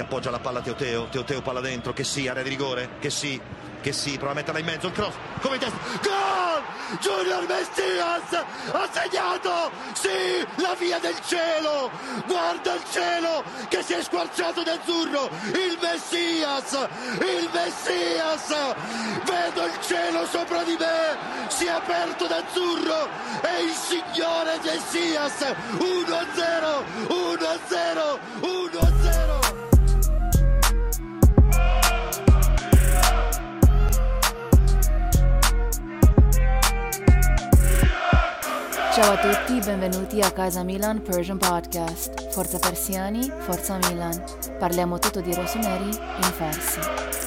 appoggia la palla Teoteo palla dentro, che sì, area di rigore, che sì, prova a metterla in mezzo, il cross, come in testa, gol! Junior Messias ha segnato, sì, la via del cielo, guarda il cielo che si è squarciato d'azzurro, il Messias, vedo il cielo sopra di me, si è aperto d'azzurro e il signore Messias, 1-0, 1-0. Ciao a tutti, benvenuti a Casa Milan Persian Podcast. Forza Persiani, Forza Milan. Parliamo tutto di rossoneri in farsi.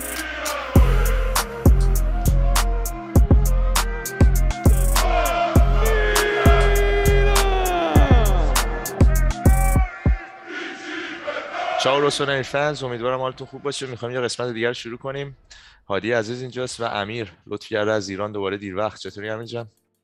چاو روسونری فنز، امیدوارم حالتون خوب باشه. میخوایم یه قسمت دیگر شروع کنیم. هادی عزیز اینجاست و امیر لطف کرده از ایران دوباره دیر وقت. چطوری امیر جان؟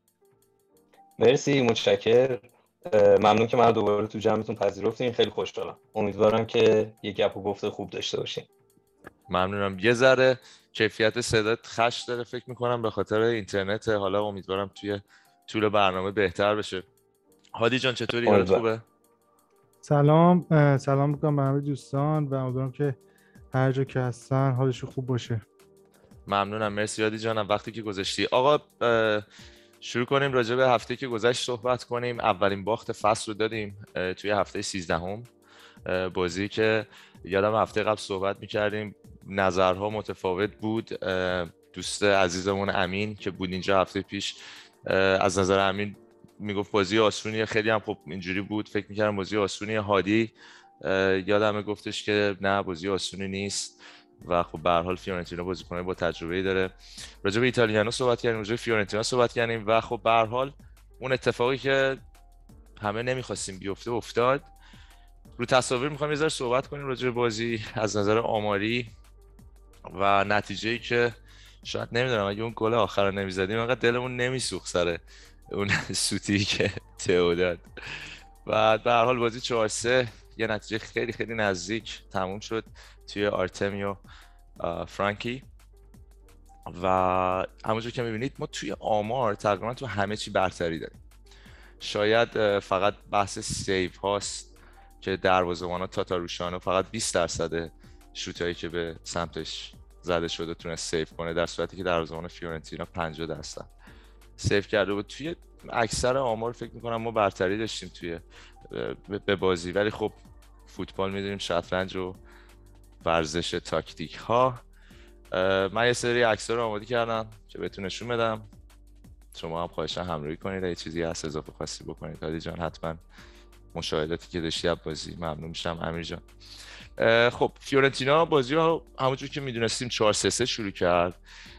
مرسی، متشکر. ممنون که من دوباره تو جمعتون پذیرفتین. خیلی خوشحالم. امیدوارم که یه گپ و گفت خوب داشته باشیم. ممنونم. یه ذره کیفیت صدات خش داره فکر میکنم به خاطر اینترنت. حالا امیدوارم توی طول برنامه بهتر بشه. هادی جان چطوری؟ حالت خوبه؟ سلام میکنم به همه دوستان و امیدوارم که هر جا که هستن حالشون خوب باشه. ممنونم، مرسی هادی جانم وقتی که گذاشتی. آقا شروع کنیم راجع به هفته که گذشت صحبت کنیم. اولین باخت فصل رو دادیم توی هفته 13 بازی که یادم هفته قبل صحبت میکردیم نظرها متفاوت بود. دوست عزیزمون امین که بود اینجا هفته پیش از نظر امین میگفت بازی آسونیه، خیلی هم خب اینجوری بود، فکر میکردم بازی آسونیه. هادی یادمه گفتش که نه بازی آسونی نیست و خب به هر حال فیورنتینا بازیکنای با تجربه‌ای داره. راجع به ایتالیانو صحبت کردیم، راجع به فیورنتینا صحبت کردیم و خب به هر حال اون اتفاقی که همه نمیخواستیم بیفته افتاد. رو تصاویر میخوام یه ذره صحبت کنیم راجع به بازی از نظر آماری و نتیجه‌ای که شاید نمیدونم اگه اون گل آخر رو نمیزدیم انقدر دلمون نمیسوخت سر اون سوتی که تئو داد. و به هر حال بازی 4-3 یه نتیجه خیلی خیلی نزدیک تموم شد توی آرتمیو فرانکی و همونجور که میبینید ما توی آمار تقریبا تو همه چی برتری داریم. شاید فقط بحث سیو هاست که دروازه‌بان تاتاروشانو فقط 20% شوتایی که به سمتش زده شده تونست سیو کنه، در صورتی که دروازه‌بان فیورنتینا 50% سیو کرده بود. توی اکثر آمار فکر میکنم ما برتری داشتیم توی به بازی، ولی خب فوتبال میدونیم شطرنج و ورزش تاکتیک ها. من یه سری عکس‌ها رو آماده کردم که بهتون نشون بدم، شما هم خواهشاً همراهی کنید. اگه چیزی هست اضافه خاصی بکنید هادی جان، حتما مشاهداتی که داشتی از بازی ممنون میشم امیر جان. خب فیورنتینا بازی رو همونجور که میدونستیم 4-3 شروع کرد.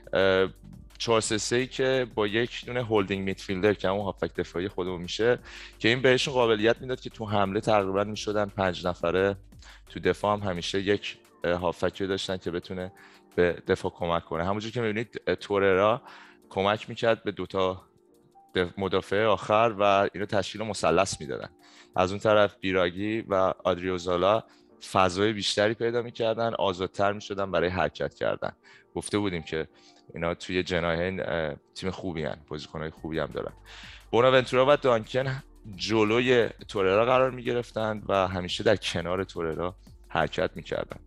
4-3 که با یک دونه هولدینگ میدفیلدر که همون هافک دفاعی خودمون میشه که این بهشون قابلیت میداد که تو حمله تقریبا میشدن 5 نفره، تو دفاع هم همیشه یک هافکی داشتن که بتونه به دفاع کمک کنه. همونجور که میبینید توررا کمک میکرد به دوتا مدافع آخر و اینو تشکیل مثلث میدادن. از اون طرف بیراگی و آدریوزالا فضای بیشتری پیدا میکردن، آزادتر میشدن برای حرکت کردن. گفته بودیم که اینا توی جناحین تیم خوبی هن، بازیکنای خوبی هم دارن. بوناونتورا و دانکن جلوی توررا قرار میگرفتن و همیشه در کنار توررا حرکت میکردن.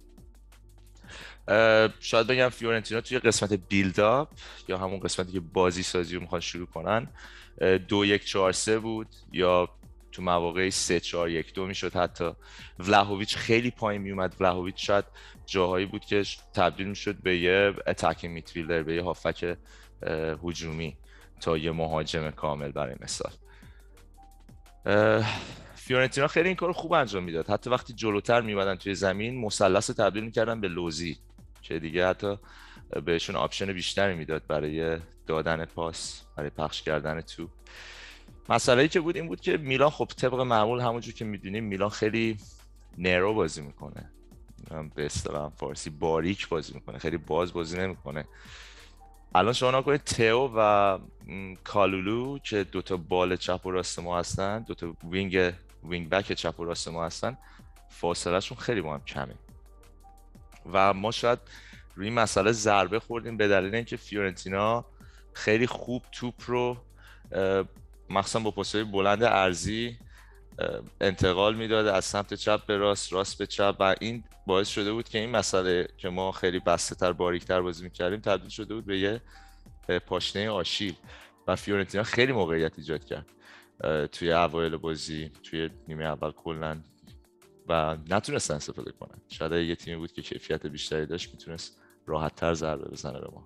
شاید بگم فیورنتینا توی قسمت بیلداپ یا همون قسمتی که بازی سازی رو میخوان شروع کنن 2-1-4-3 بود یا تو مواقعی 3-4-1-2 میشد. حتی ولاهویچ خیلی پایین میومد. ولاهویچ شاید جاهایی بود که تبدیل میشد به یه اتکینگ میدفیلدر، به یه هافک هجومی تا یه مهاجم کامل برای مثال. فیورنتینا خیلی این کارو خوب انجام میداد. حتی وقتی جلوتر میومدن توی زمین مثلث تبدیل میکردن به لوزی که دیگه حتی بهشون آپشن بیشتری میداد برای دادن پاس، برای پخش کردن توپ. مسئله‌ای که بود این بود که میلان خب طبق معمول همونجور که میدونیم میلان خیلی نرو بازی میکنه، به اصطلاح فارسی باریک بازی میکنه، خیلی باز بازی نمیکنه. الان شما نکنید تئو و کالولو که دوتا بال چپ و راست ما هستن، دوتا وینگ بک چپ و راست ما هستن، فاصله شون خیلی با هم کمه. و ما شاید روی این مسئله ضربه خوردیم به دلیل اینکه فیورنتینا خیلی خوب توپ رو مخصوصا با پاس‌های بلند عرضی انتقال میداد از سمت چپ به راست به چپ و این باعث شده بود که این مسئله که ما خیلی بسته‌تر باریک‌تر بازی می‌کردیم تبدیل شده بود به یه پاشنه آشیل و فیورنتینا خیلی موقعیت ایجاد کرد توی اوایل بازی، توی نیمه اول کلاً و نتونستن استفاده کنن. شاید یه تیمی بود که کیفیت بیشتری داشت میتونست راحت‌تر ضربه بزنه به ما.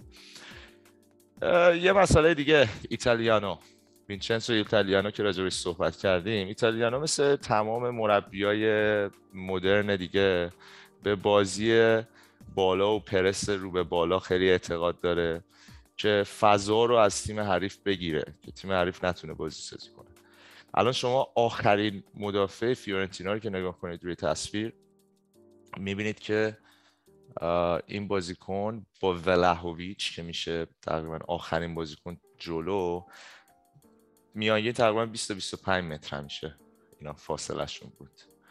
یه مسئله دیگه، ایتالیانو، وینچنزو ایتالیانو که راجع بهش صحبت کردیم. ایتالیانو مثل تمام مربیای مدرن دیگه به بازی بالا و پرس رو به بالا خیلی اعتقاد داره که فضا رو از تیم حریف بگیره که تیم حریف نتونه بازی سازی کنه. الان شما آخرین مدافع فیورنتینا رو که نگاه کنید روی تصویر میبینید که این بازیکن با ولاهویچ که میشه تقریبا آخرین بازیکن جلو میانگین تقریبا 20-25 متر میشه اینا فاصله شون بود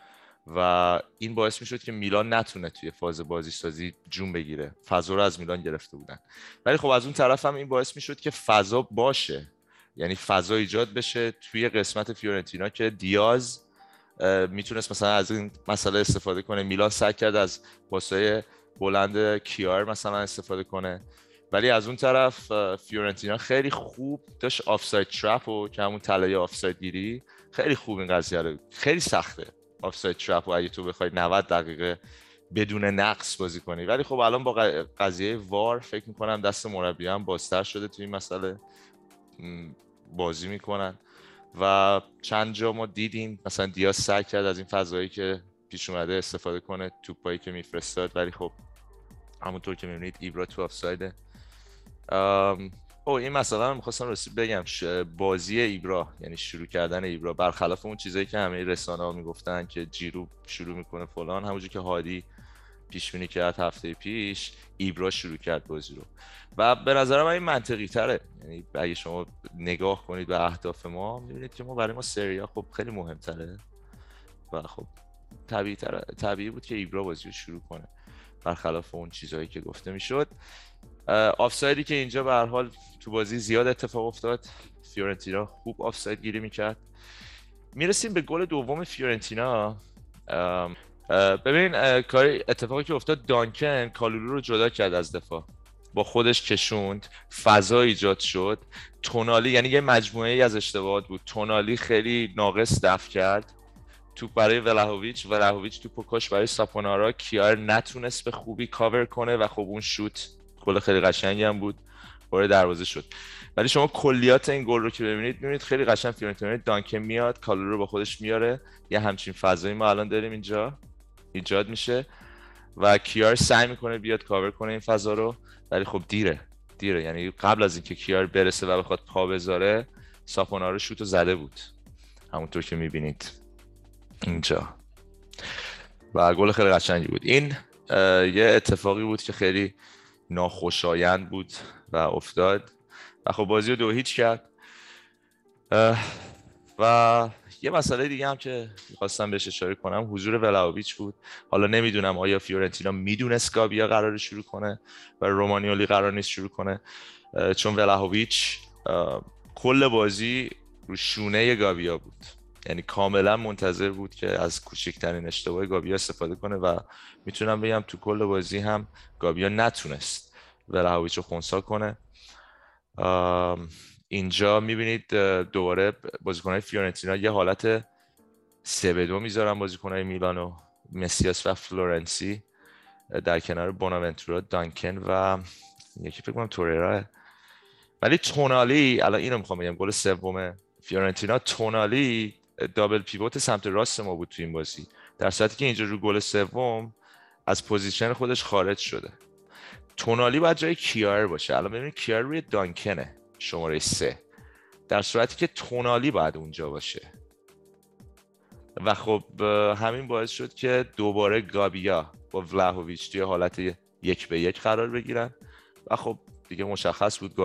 و این باعث میشد که میلان نتونه توی فاز بازی سازی جون بگیره. فضا رو از میلان گرفته بودن، ولی خب از اون طرف هم این باعث میشد که فضا باشه، یعنی فضا ایجاد بشه توی قسمت فیورنتینا که دیاز میتونست مثلا از این مسئله استفاده کنه. میلان سعی کرد از پاس‌های بلند کیار مثلا استفاده کنه، ولی از اون طرف فیورنتینا خیلی خوب داشت آفساید ترپ و که همون تله آفساید گیری خیلی خوب این قضیه رو، خیلی سخته آفساید ترپ و اگه تو بخوای 90 دقیقه بدون نقص بازی کنی. ولی خب الان با قضیه وار فکر میکنم دست مربی هم بازتر شده توی این مسئله، بازی میکنن و چند جا ما دیدیم مثلا دیاز سعی کرد از این فضایی که پیش اومده استفاده کنه، توپایی که میفرستاد، ولی خب همونطور که میبینید ایبرا تو آفسایده. این مسئله رو میخواستم بگم، بازی ایبرا یعنی شروع کردن ایبرا برخلاف اون چیزایی که همه رسانه‌ها میگفتن که جیرو شروع میکنه فلان، همونجور که هادی پیش بینی کرد هفته پیش، ایبرا شروع کرد بازی رو و به نظر من این منطقی تره. یعنی اگه شما نگاه کنید به اهداف ما میبینید که ما برای ما سری آ خب خیلی مهمتره و خب طبیعی بود که ایبرا بازی رو شروع کنه برخلاف اون چیزهایی که گفته میشد. آفسایدی که اینجا به هر حال تو بازی زیاد اتفاق افتاد، فیورنتینا خوب آفساید گیری میکرد. میرسیم به گل دوم فیورنتینا. ببین اتفاقی که افتاد، دانکن کالولو رو جدا کرد از دفاع، با خودش کشوند، فضا ایجاد شد. تونالی، یعنی یه مجموعه ای از اشتباهات بود، تونالی خیلی ناقص دفع کرد توپ برای ولاهویچ توپ پکاش برای ساپونارا، کیار نتونست به خوبی کاور کنه و خب اون شوت گل خیلی قشنگی هم بود، وارد دروازه شد. ولی شما کلیات این گل رو که ببینید خیلی قشنگ فیورنتینا دانکن میاد، کالولو رو با خودش میاره، یه همچین فضایی ما الان داریم اینجا ایجاد میشه و کیار سعی میکنه بیاد کاور کنه این فضا رو، ولی خب دیره. یعنی قبل از اینکه کیار برسه و بخواد پا بذاره، ساپونارا شوتو زده بود همونطور که میبینید اینجا و گل خیلی قشنگی بود. این یه اتفاقی بود که خیلی ناخوشایند بود و افتاد و خب بازی رو 2-0 کرد. و یه مسئله دیگه هم که خواستم بهش اشاره کنم حضور ولاهویچ بود. حالا نمیدونم آیا فیورنتینا میدونست گابیا قراره شروع کنه و رومانیولی قرار نیست شروع کنه، چون ولاهویچ کل بازی رو شونه گابیا بود، یعنی کاملا منتظر بود که از کوچکترین اشتباه گابیا استفاده کنه و میتونم بگم تو کل بازی هم گابیا نتونست ولاهویچ رو خنثی کنه. اینجا میبینید دوباره بازیکنهای فیورنتینا یه حالت 3-2 میذارن بازیکنهای میلانو، مسیاس و فلورنسی در کنار بوناونتورا، دانکن و یکی فکر کنم توریرا. ولی تونالی، الان اینو میخوام بگم، گل سوم فیورنتینا، تونالی دابل پیوت سمت راست ما بود تو این بازی، در صورتی که اینجا رو گل سوم از پوزیشن خودش خارج شده. تونالی باید جای کیار باشه. الان ببینید کیار روی دانکنه شماره 3، در صورتی که تونالی باید اونجا باشه و خب همین باعث شد که دوباره گابیا با ولاهویچ توی حالت 1-1 قرار بگیرن و خب دیگه مشخص بود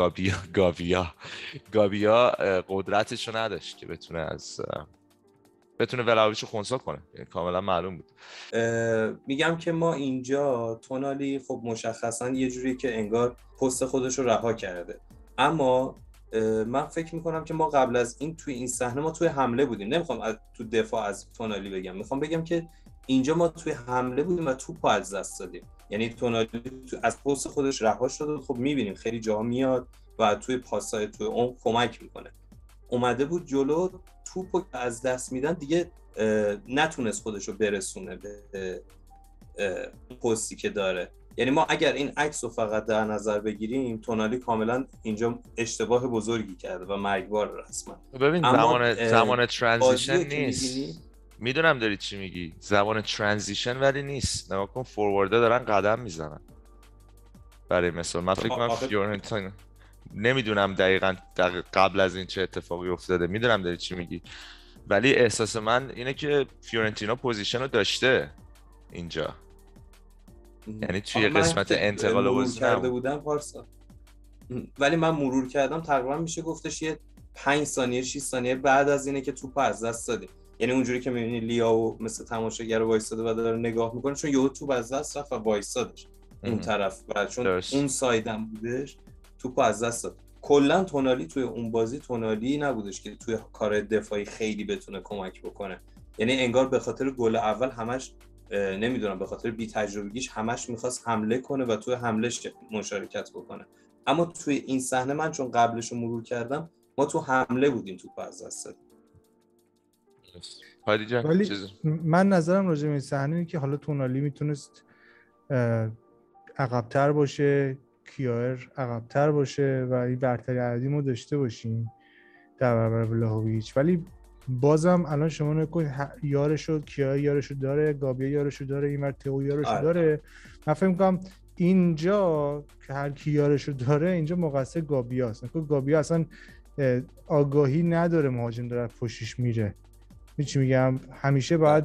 گابیا قدرتشو نداشت که بتونه از بتونه ولاویچو خونسا کنه، کاملا معلوم بود. میگم که ما اینجا تونالی خب مشخصا یه جوری که انگار پست خودش رو رها کرده، اما من فکر میکنم که ما قبل از این توی این صحنه ما توی حمله بودیم. نمیخوام تو دفاع از تونالی بگم، میخوام بگم که اینجا ما توی حمله بودیم و توپو از دست دادیم. یعنی تونالی از پست خودش رها شده، خب میبینیم خیلی جاها میاد و توی پاسای توی اون کمک میکنه. اومده بود جلو، توپو از دست میدن دیگه نتونست خودش رو برسونه به پستی که داره. یعنی ما اگر این عکس رو فقط در نظر بگیریم، تونالی کاملا اینجا اشتباه بزرگی کرده و مرگبار رسما. ببین زمان ترانزیشن نیست. میدونم داری چی میگی، زمان ترانزیشن ولی نیست. نگاه کن فورواردا دارن قدم میزنن. برای مثال من فکر کنم فیورنتینا، نمیدونم دقیقاً قبل از این چه اتفاقی افتاده، میدونم داری چی میگی، ولی احساس من اینه که فیورنتینا پوزیشن رو داشته اینجا. یعنی توی قسمت انتقال بازی کرده بودم پارسا، ولی من مرور کردم تقریبا میشه گفتش یه 5 ثانیه 6 ثانیه بعد از اینه که توپ از دست دادیم. یعنی اونجوری که میبینی لیاو مثل تماشاگر وایساده و داره نگاه میکنه، چون یهو توپ از دست رفت و وایسادش اون طرف و چون اون سایدم بودش توپ از دست داد. کلا تونالی توی اون بازی تونالی نبودش که توی کار دفاعی خیلی بتونه کمک بکنه. یعنی انگار به خاطر گل اول همش نمیدونم به خاطر بی تجربگیش همش میخواست حمله کنه و توی حملهش مشارکت بکنه. اما توی این صحنه من چون قبلش رو مرور کردم، ما تو حمله بودیم توپ از دست دادیم. ولی من نظرم راجع به این صحنه اینه که حالا تونالی میتونست عقب‌تر باشه، کیایر عقب‌تر باشه و این برتری عددیمو داشته باشیم در برابر ولاهویچ. ولی بازم الان شما نکنید یارشو کیایر یارشو داره، گابی یارشو داره، این مرتقو یارشو داره. من فکر می‌کنم اینجا که هر کی یارشو داره اینجا مقصر گابیاست. نکن گابیا اصلا آگاهی نداره مهاجم داره پشتش میره. چی میگم، همیشه باید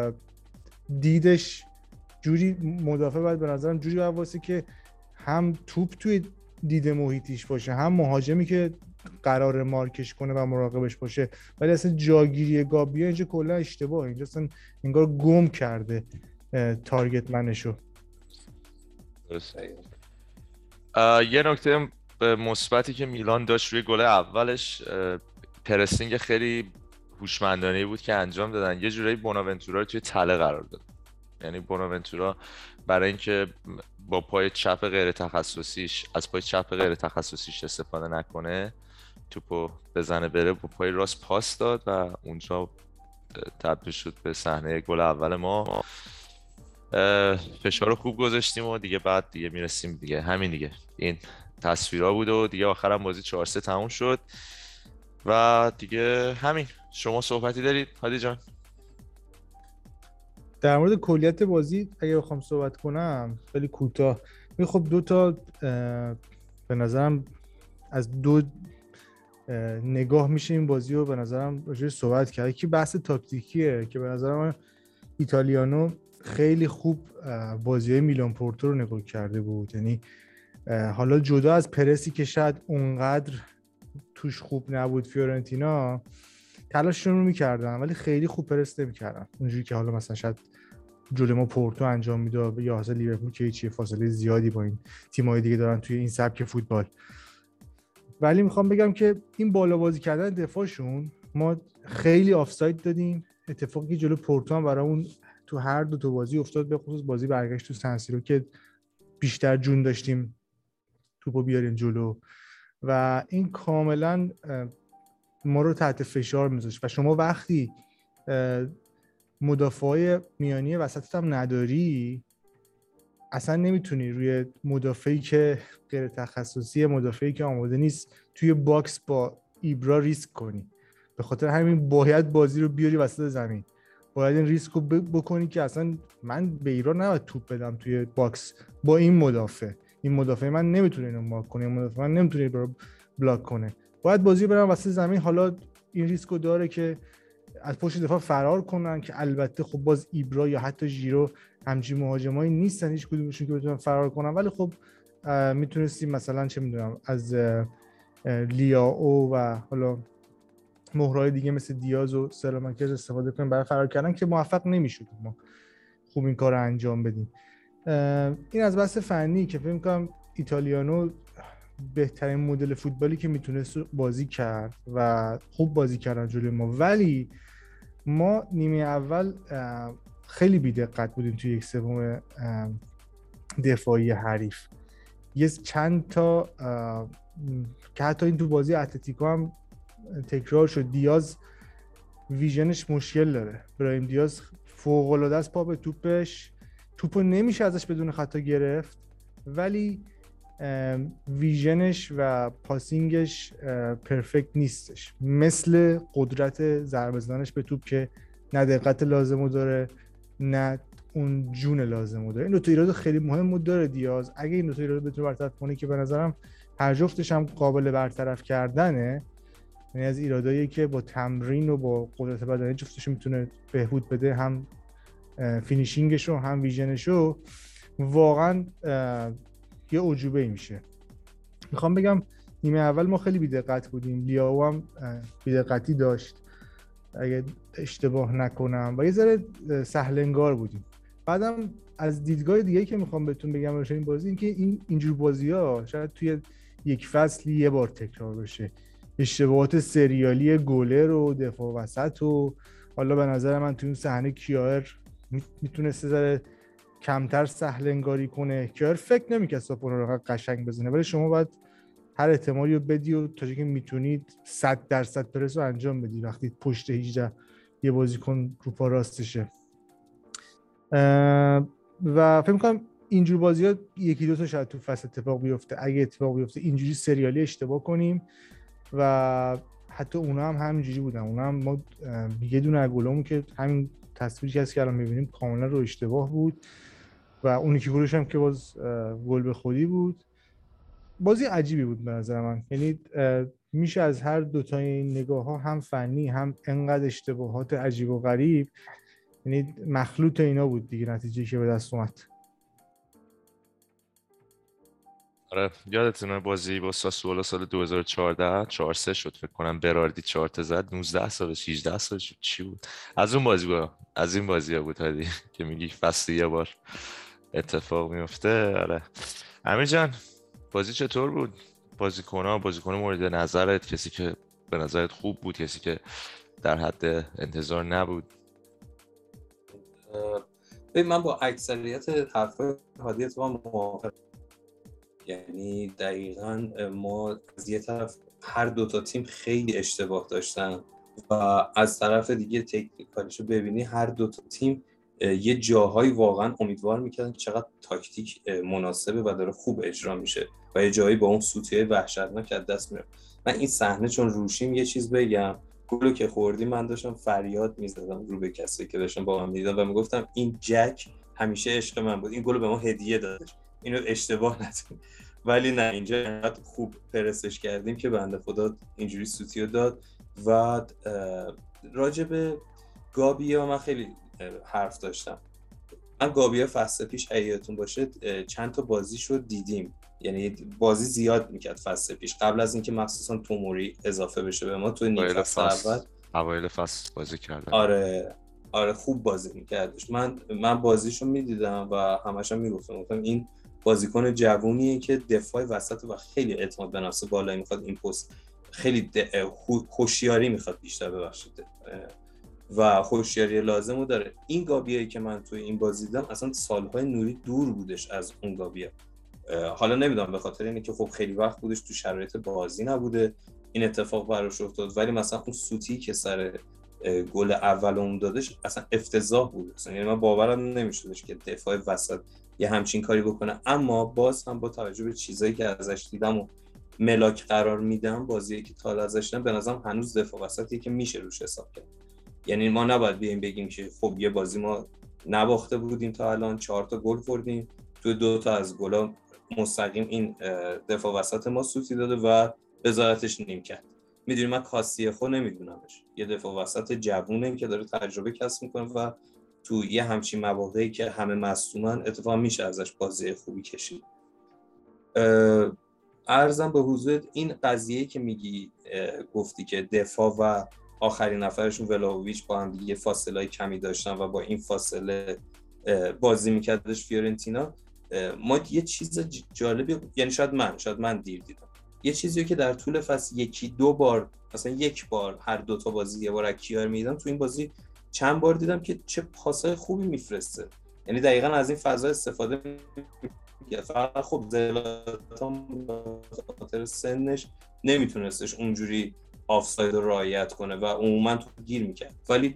دیدش جوری مدافع باید به نظرم جوری باید واسه که هم توپ توی دید محیطیش باشه، هم مهاجمی که قرار مارکش کنه و مراقبش باشه. ولی اصلا جاگیری گابیا اینجا کلا اشتباهه. اینجا اصلا انگار گم کرده تارگت منشو. یه نکته مثبتی که میلان داشت روی گل اولش پرسینگ خیلی هوشمندانه بود که انجام دادن. یه جورایی بوناونتورا رو توی تله قرار داد. یعنی بوناونتورا برای اینکه با پای چپ غیر تخصصیش از پای چپ غیر تخصصیش استفاده نکنه، توپو بزنه بره، با پای راست پاس داد و اونجا تبدیل شد به صحنه گل اول ما. فشار خوب گذاشتیم و دیگه بعد دیگه میرسیم دیگه همین دیگه این تصویرها بود و دیگه آخرام بازی 4-3 تموم شد و دیگه همین. شما صحبتی دارید هادی جان؟ در مورد کلیت بازی اگه بخوام صحبت کنم خیلی کوتاه، خب دو تا به نظرم از دو نگاه میشه این بازی رو به نظرم راجعش صحبت کرد. یکی بحث تاکتیکیه که به نظرم ایتالیانو خیلی خوب بازی‌های میلان پورتو رو نگاه کرده بود. یعنی حالا جدا از پرسی که شاید اونقدر توش خوب نبود، فیورنتینا تلاششون رو میکردن ولی خیلی خوب پرس نمیکردن اونجوری که حالا مثلا شاید جلوی ما پورتو انجام میداد یا اصلا لیورپول که چیه فاصله زیادی با این تیم‌های دیگه دارن توی این سبک فوتبال. ولی میخوام بگم که این بالا بازی کردن دفاعشون، ما خیلی آفساید دادیم. اتفاقی که جلو پورتو هم برامون تو هر دو تا بازی افتاد، به خصوص بازی برگشت تو سن سیرو که بیشتر جون داشتیم توپو بیاریم جلو و این کاملا ما رو تحت فشار میذاشت. و شما وقتی مدافعای میانی وسطت هم نداری، اصلا نمیتونی روی مدافعی که غیر تخصصی، مدافعی که آماده نیست توی باکس با ایبرا ریسک کنی. به خاطر همین باید بازی رو بیاری وسط زمین، باید این ریسک رو بکنی که اصلا من به ایران نباید توپ بدم توی باکس با این مدافع. این مدافع من نمیتونه اینو مارک کنه، این مدافع من نمیتونه اینو بلاک کنه. باید بازی رو برم وسط زمین. حالا این ریسک رو داره که از پشت دفاع فرار کنن که البته خب باز ایبرا یا حتی ژیرو همچین مهاجمایی نیستن هیچ کدومشون که بتونن فرار کنن. ولی خب میتونستیم مثلا چه میدونم از لیاو و حالا مهرهای دیگه مثل دیاز و سلامانکز استفاده کنیم برای فرار کردن که موفق نمی‌شدیم ما خوب این کار رو انجام بدیم. این از بحث فنی که فکر می‌کنم ایتالیانو بهترین مدل فوتبالی که میتونست بازی کرد و خوب بازی کردن جلوی ما، ولی ما نیمه اول خیلی بی‌دقت بودیم توی یک سوم دفاعی حریف. یه چند تا که حتی این تو بازی اتلتیکو هم تکرار شد، دیاز ویژنش مشکل داره. برایم دیاز فوق‌العاده است پا به توپش، توپو نمیشه ازش بدون خطا گرفت، ولی ویژنش و پاسینگش پرفکت نیستش، مثل قدرت ضربه زدنش به توپ که نه دقت لازمو داره نه اون جون لازمو داره. این دو تا ایراد خیلی مهم داره دیاز. اگه این دو تا ایراد بتونه برطرف کنه که به نظرم هر جفتش هم قابل برطرف کردنه، یعنی از ایرادایی که با تمرین و با قدرت بدنی جفتش میتونه بهبود بده، هم فینیشینگش رو هم ویژنش رو، واقعا یه عجوبه میشه. میخوام بگم نیمه اول ما خیلی بی‌دقت بودیم، لیاو هم بی‌دقتی داشت اگه اشتباه نکنم و یه ذره سهل انگار بودیم. بعدم از دیدگاه دیگه که میخوام بهتون بگم راجع این بازی، این که اینجور بازی‌ها شاید توی یک فصل یه بار تکرار بشه. اشتباهات سریالی گلر و دفاع وسط و حالا به نظر من توی اون صحنه کیار میتونست ذره کمتر سهل انگاری کنه. کیار فکر نمی‌کنه ساپورو رو قشنگ بزنه، ولی شما باید هر احتمالی رو بدی و تا جایی که میتونید 100% پرس رو انجام بدی وقتی پشت 18 یه بازیکن رو پا راستشه. و فکر می‌کنم اینجور بازی‌ها یکی دو تا شاید تو فصل اتفاق بیفته. اگه اتفاق بیفته اینجوری سریالی اشتباه کنیم و حتی اونا هم همینجوری بودن. اونا هم ما یه دونه گلمون که همین تصویری که الان می‌بینیم کاملا رو اشتباه بود و اون یکی گلش هم که باز گل به خودی بود. بازی عجیبی بود به نظر من. یعنی میشه از هر دو تا این نگاه‌ها، هم فنی هم انقدر اشتباهات عجیب و غریب، یعنی مخلوط اینا بود دیگه نتیجه‌ای که به دست اومد. آره یادتونه بازی با ساسولو سال 2014 4-3 شد فکر کنم، براردی 4 تا زد، 19 سالش 18 سالش چی بود. از اون بازی‌ها بود هادی که میگی فصل یه بار اتفاق میفته. آره امیر جان بازی چطور بود؟ بازیکن مورد نظرت، کسی که به نظرت خوب بود، کسی که در حد انتظار نبود؟ من با اکثریت حرفای هادی اتفاقا موافقم. یعنی دقیقاً ما از یه طرف هر دو تا تیم خیلی اشتباه داشتن و از طرف دیگه تکنیکالیشو ببینی هر دو تا تیم یه جاهایی واقعا امیدوار میکردن که چقدر تاکتیک مناسبه و داره خوب اجرا میشه و یه جایی با اون سوتیه وحشتناک از دست میره. من این صحنه چون روشیم یه چیز بگم، گلو که خوردی من داشتم فریاد میزدم رو به کسی که داشتم با من میدیدن و میگفتم این جک همیشه عشق من بود، این گلو به ما هدیه دادش، اینو اشتباه نکنید. ولی نه اینجا انقدر خوب پرسش کردیم که بنده خدا اینجوری سوتیو داد. و راجع به گابیا من خیلی حرف داشتم. من گابیا فصل پیش حقیقتون باشه چند تا بازیشو دیدیم، یعنی بازی زیاد میکرد فصل پیش قبل از اینکه مخصوصا توموری اضافه بشه به ما تو نیم فصل اول. اوایل فصل بازی کردن. آره خوب بازی میکردش. من بازیشو میدیدم و همش هم میگفتم این بازیکن جوونیه که دفاع وسط و خیلی اعتماد به نفس بالایی میخواد، این پست خیلی هوشیاری میخواد بیشتر ببخشید و هوشیاری لازمو داره. این گابیایی که من توی این بازی دیدم اصلا سالهای نوری دور بودش از اون گابیا. حالا نمیدونم به خاطر اینه که خب خیلی وقت بودش تو شرایط بازی نبوده این اتفاق براش افتاد، ولی مثلا اون سوتی که سر گل اول اون دادش اصلا افتضاح بود. یعنی من باورم نمیشدش که دفاع وسط یه همچین کاری بکنه. اما باز هم با توجه به چیزایی که ازش دیدم و ملاک قرار میدم، بازی که تا ازش دیدم به نظرم هنوز دفاع وسطی که میشه روش حساب کرد. یعنی ما نباید بیایم بگیم که خب یه بازی ما نباخته بودیم تا الان 4 تا گل خوردیم، تو 2 تا از گلا مستقیم این دفاع وسط ما سوتی داده و وزارتش نیم کرد. میدونی من کاسیخو نمیدونمش، یه دفاع وسط جوونه که داره تجربه کسب میکنه و تو یه همچین مواقعی که همه مصدومن اتفاقا میشه ازش بازی خوبی کشید. عرضم به حضور این قضیه که میگی گفتی که دفاع و آخرین نفرشون ولاهویچ با هم دیگه فاصله کمی داشتن و با این فاصله بازی میکردش فیورنتینا. ما یه چیز جالبی، یعنی شاید من دیر دیدم، یه چیزی که در طول فصل یکی دو بار، مثلا یک بار هر دو تا بازی یه بار کیار میدیدم، تو این بازی چند بار دیدم که چه پاسای خوبی میفرسته. یعنی دقیقاً از این فضا استفاده می‌کنه. فقط خب زلاتان به خاطر سنش نمیتونستش اونجوری آفساید رو رعایت کنه و عموما تو گیر میکرد، ولی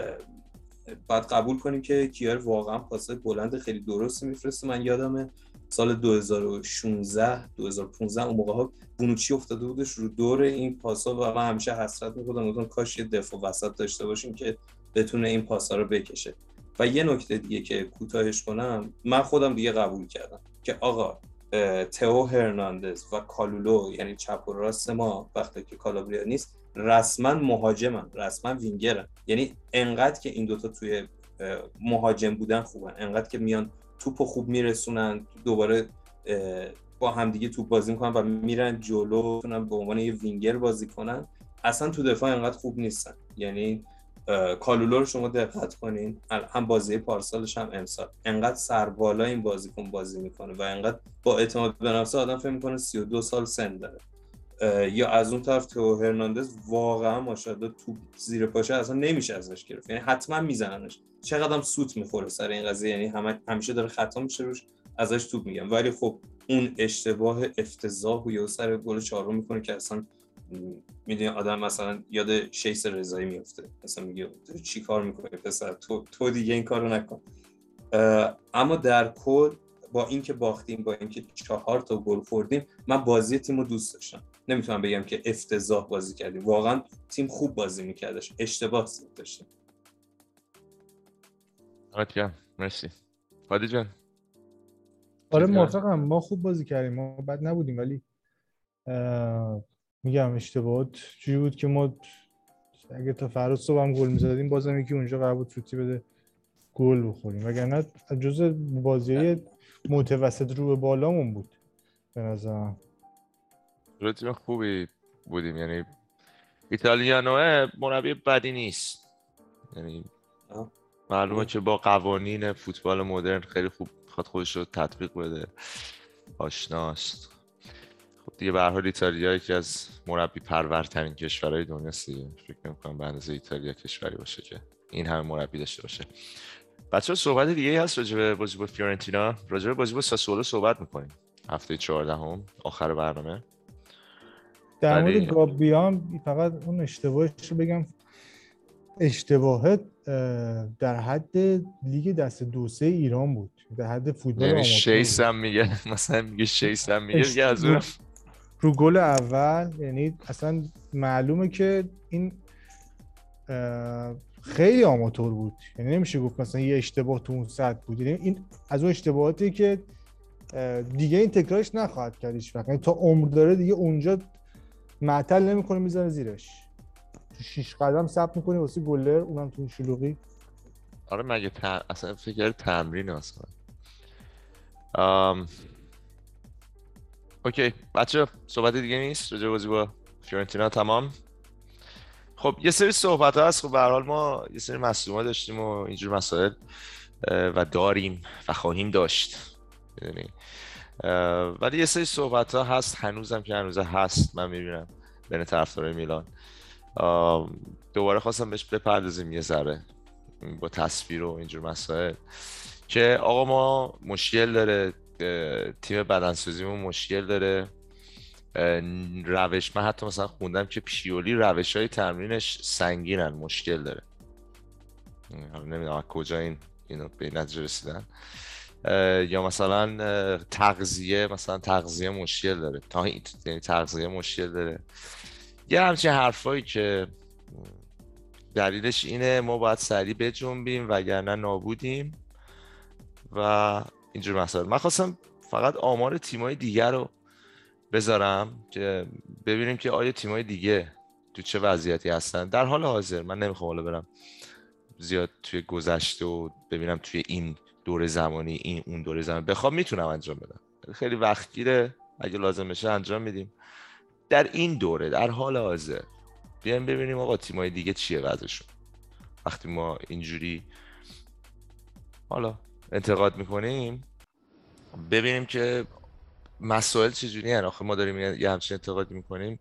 باید قبول کنیم که کیار واقعا پاسای بلند خیلی درستی میفرسته. من یادمه سال 2016 2015 اون موقع‌ها بونوچی افتاده بودش رو دور این پاسا و من همیشه حسرت می‌خوردم کاش یه دفاع وسط داشته باشیم که بتونه این پاسا رو بکشه. و یه نکته دیگه که کوتاهش کنم، من خودم دیگه قبول کردم که آقا تئو هرناندز و کالولو، یعنی چپ و راست ما وقتی که کالابریا نیست، رسما مهاجمن، رسما وینگرن. یعنی انقدر که این دوتا توی مهاجم بودن خوبن، انقدر که میان توپو خوب میرسونن، دوباره با همدیگه توپ بازی میکنن و میرن جلو، میتونن به عنوان یه وینگر بازی کنن. اصلا تو دفاع انقدر خوب نیستن. یعنی کالولو رو شما دقت کنین، هم بازی پارسالش هم امسال، انقدر سربالا این بازیکن بازی میکنه و انقدر با اعتماد به نفس آدم فکر میکنه 32 سال سن داره. یا از اون طرف تئو هرناندز واقعا ماشاءالله توپ زیر پاشه اصلا نمیشه ازش گرفت، یعنی حتما میزننش. چقدرم سوت میخوره سر این قضیه، یعنی همیشه داره خطا میشه روش، ازش توپ میگم. ولی خب اون اشتباه افتضاح و یه سر گل چهارم میکنه که اصلا میدونی آدم مثلا یاد شیس رضایی میفته، مثلا میگه تو چی کار میکنی پسر، تو دیگه این کارو نکن. اما در کل با اینکه باختیم، با اینکه 4 تا گل خوردیم، من بازی تیمو دوست داشتم. نمیتونم بگم که افتضاح بازی کردیم، واقعا تیم خوب بازی میکردش، اشتباه داشتیم. مرسی فادی جان. آره موافقم، ما خوب بازی کردیم، ما بد نبودیم، ولی میگم اشتباهات چیزی بود که ما اگه تا فردا صبح هم گل می‌زدیم بازم یکی اونجا قرار بود سوتی بده گل بخوریم، وگرنه جزء بازی‌های متوسط رو به بالامون بود به نظرم. تیم خوبی بودیم، یعنی ایتالیانو مربی بدی نیست، یعنی معلومه که با قوانین فوتبال مدرن خیلی خوب خود خودش رو تطبیق بده، آشناست. خب دیگه به هر حال ایتالیا یکی از مربی پرورترین کشورهای دنیاست دیگه. فکر نمی‌کنم به اندازه ایتالیا کشوری باشه که این همه مربی داشته باشه. بچه‌ها صحبت دیگه هست راجع به بازی با فیورنتینا، راجع به بازی با ساسولو صحبت می‌کنیم هفته 14 آخر برنامه. در مورد گابیام فقط اون اشتباهش رو بگم، اشتباهات در حد لیگ دست 2-3 ایران بود، در حد فوتبال یعنی آماتور. شیس هم میگه، مثلا میگه شیس هم میگه دیگه از اون رو گل اول، یعنی اصلا معلومه که این خیلی آماتور بود، یعنی نمیشه گفت مثلا یه اشتباه تو اون سطح بود. یعنی این از اون اشتباهاتی که دیگه این تکرارش نخواهد کرد هیچ وقت، یعنی تا عمر داره دیگه اونجا معطل نمیکنه، میذاره زیرش، تو 6 قدم ثبت میکنه واسه گلر، اونم تو این شلوغی. آره مگه اصلا فکر تمرین اصلا. اوکی بچه صحبت دیگه نیست راجع به بازی با فیورنتینا؟ تمام. خب یه سری صحبت ها هست، خب به هر حال ما یه سری مصدومات داشتیم و اینجور مسائل و داریم و خواهیم داشت، یعنی ولی یه سری صحبت ها هست هنوزم که هنوز هست، من میبینم بین طرفدارای میلان. دوباره خواستم بهش بپردازیم یه ذره با تصویر و اینجور مسائل که آقا ما مشکل داره، تیم بدنسازیمون مشکل داره، روش، من حتی مثلا خوندم که پیولی روش‌های تمرینش سنگینن، مشکل داره. نمیدونم از کجا اینو به نتیجه رسیدن. یا مثلا تغذیه مشکل داره، یعنی تغذیه مشکل داره، یه همچین حرفایی که دلیلش اینه ما باید سریع بجنبیم وگرنه نابودیم و اینجور مسائل. من خواستم فقط آمار تیمای دیگه رو بذارم که ببینیم که آیا تیمای دیگه تو چه وضعیتی هستن در حال حاضر. من نمیخوام حالا برم زیاد توی گذشته و ببینم توی این دوره زمانی این اون دوره زمانی، بخوام میتونم انجام بدم، خیلی وقت گیره اگه لازم بشه انجام میدیم. در این دوره در حال حاضر بیایم ببینیم آقا تیمای دیگه چیه وضعشون. وقتی ما اینجوری حالا انتقاد میکنیم ببینیم که مسائل چجوری هن. آخه ما داریم یه همچین انتقادی میکنیم،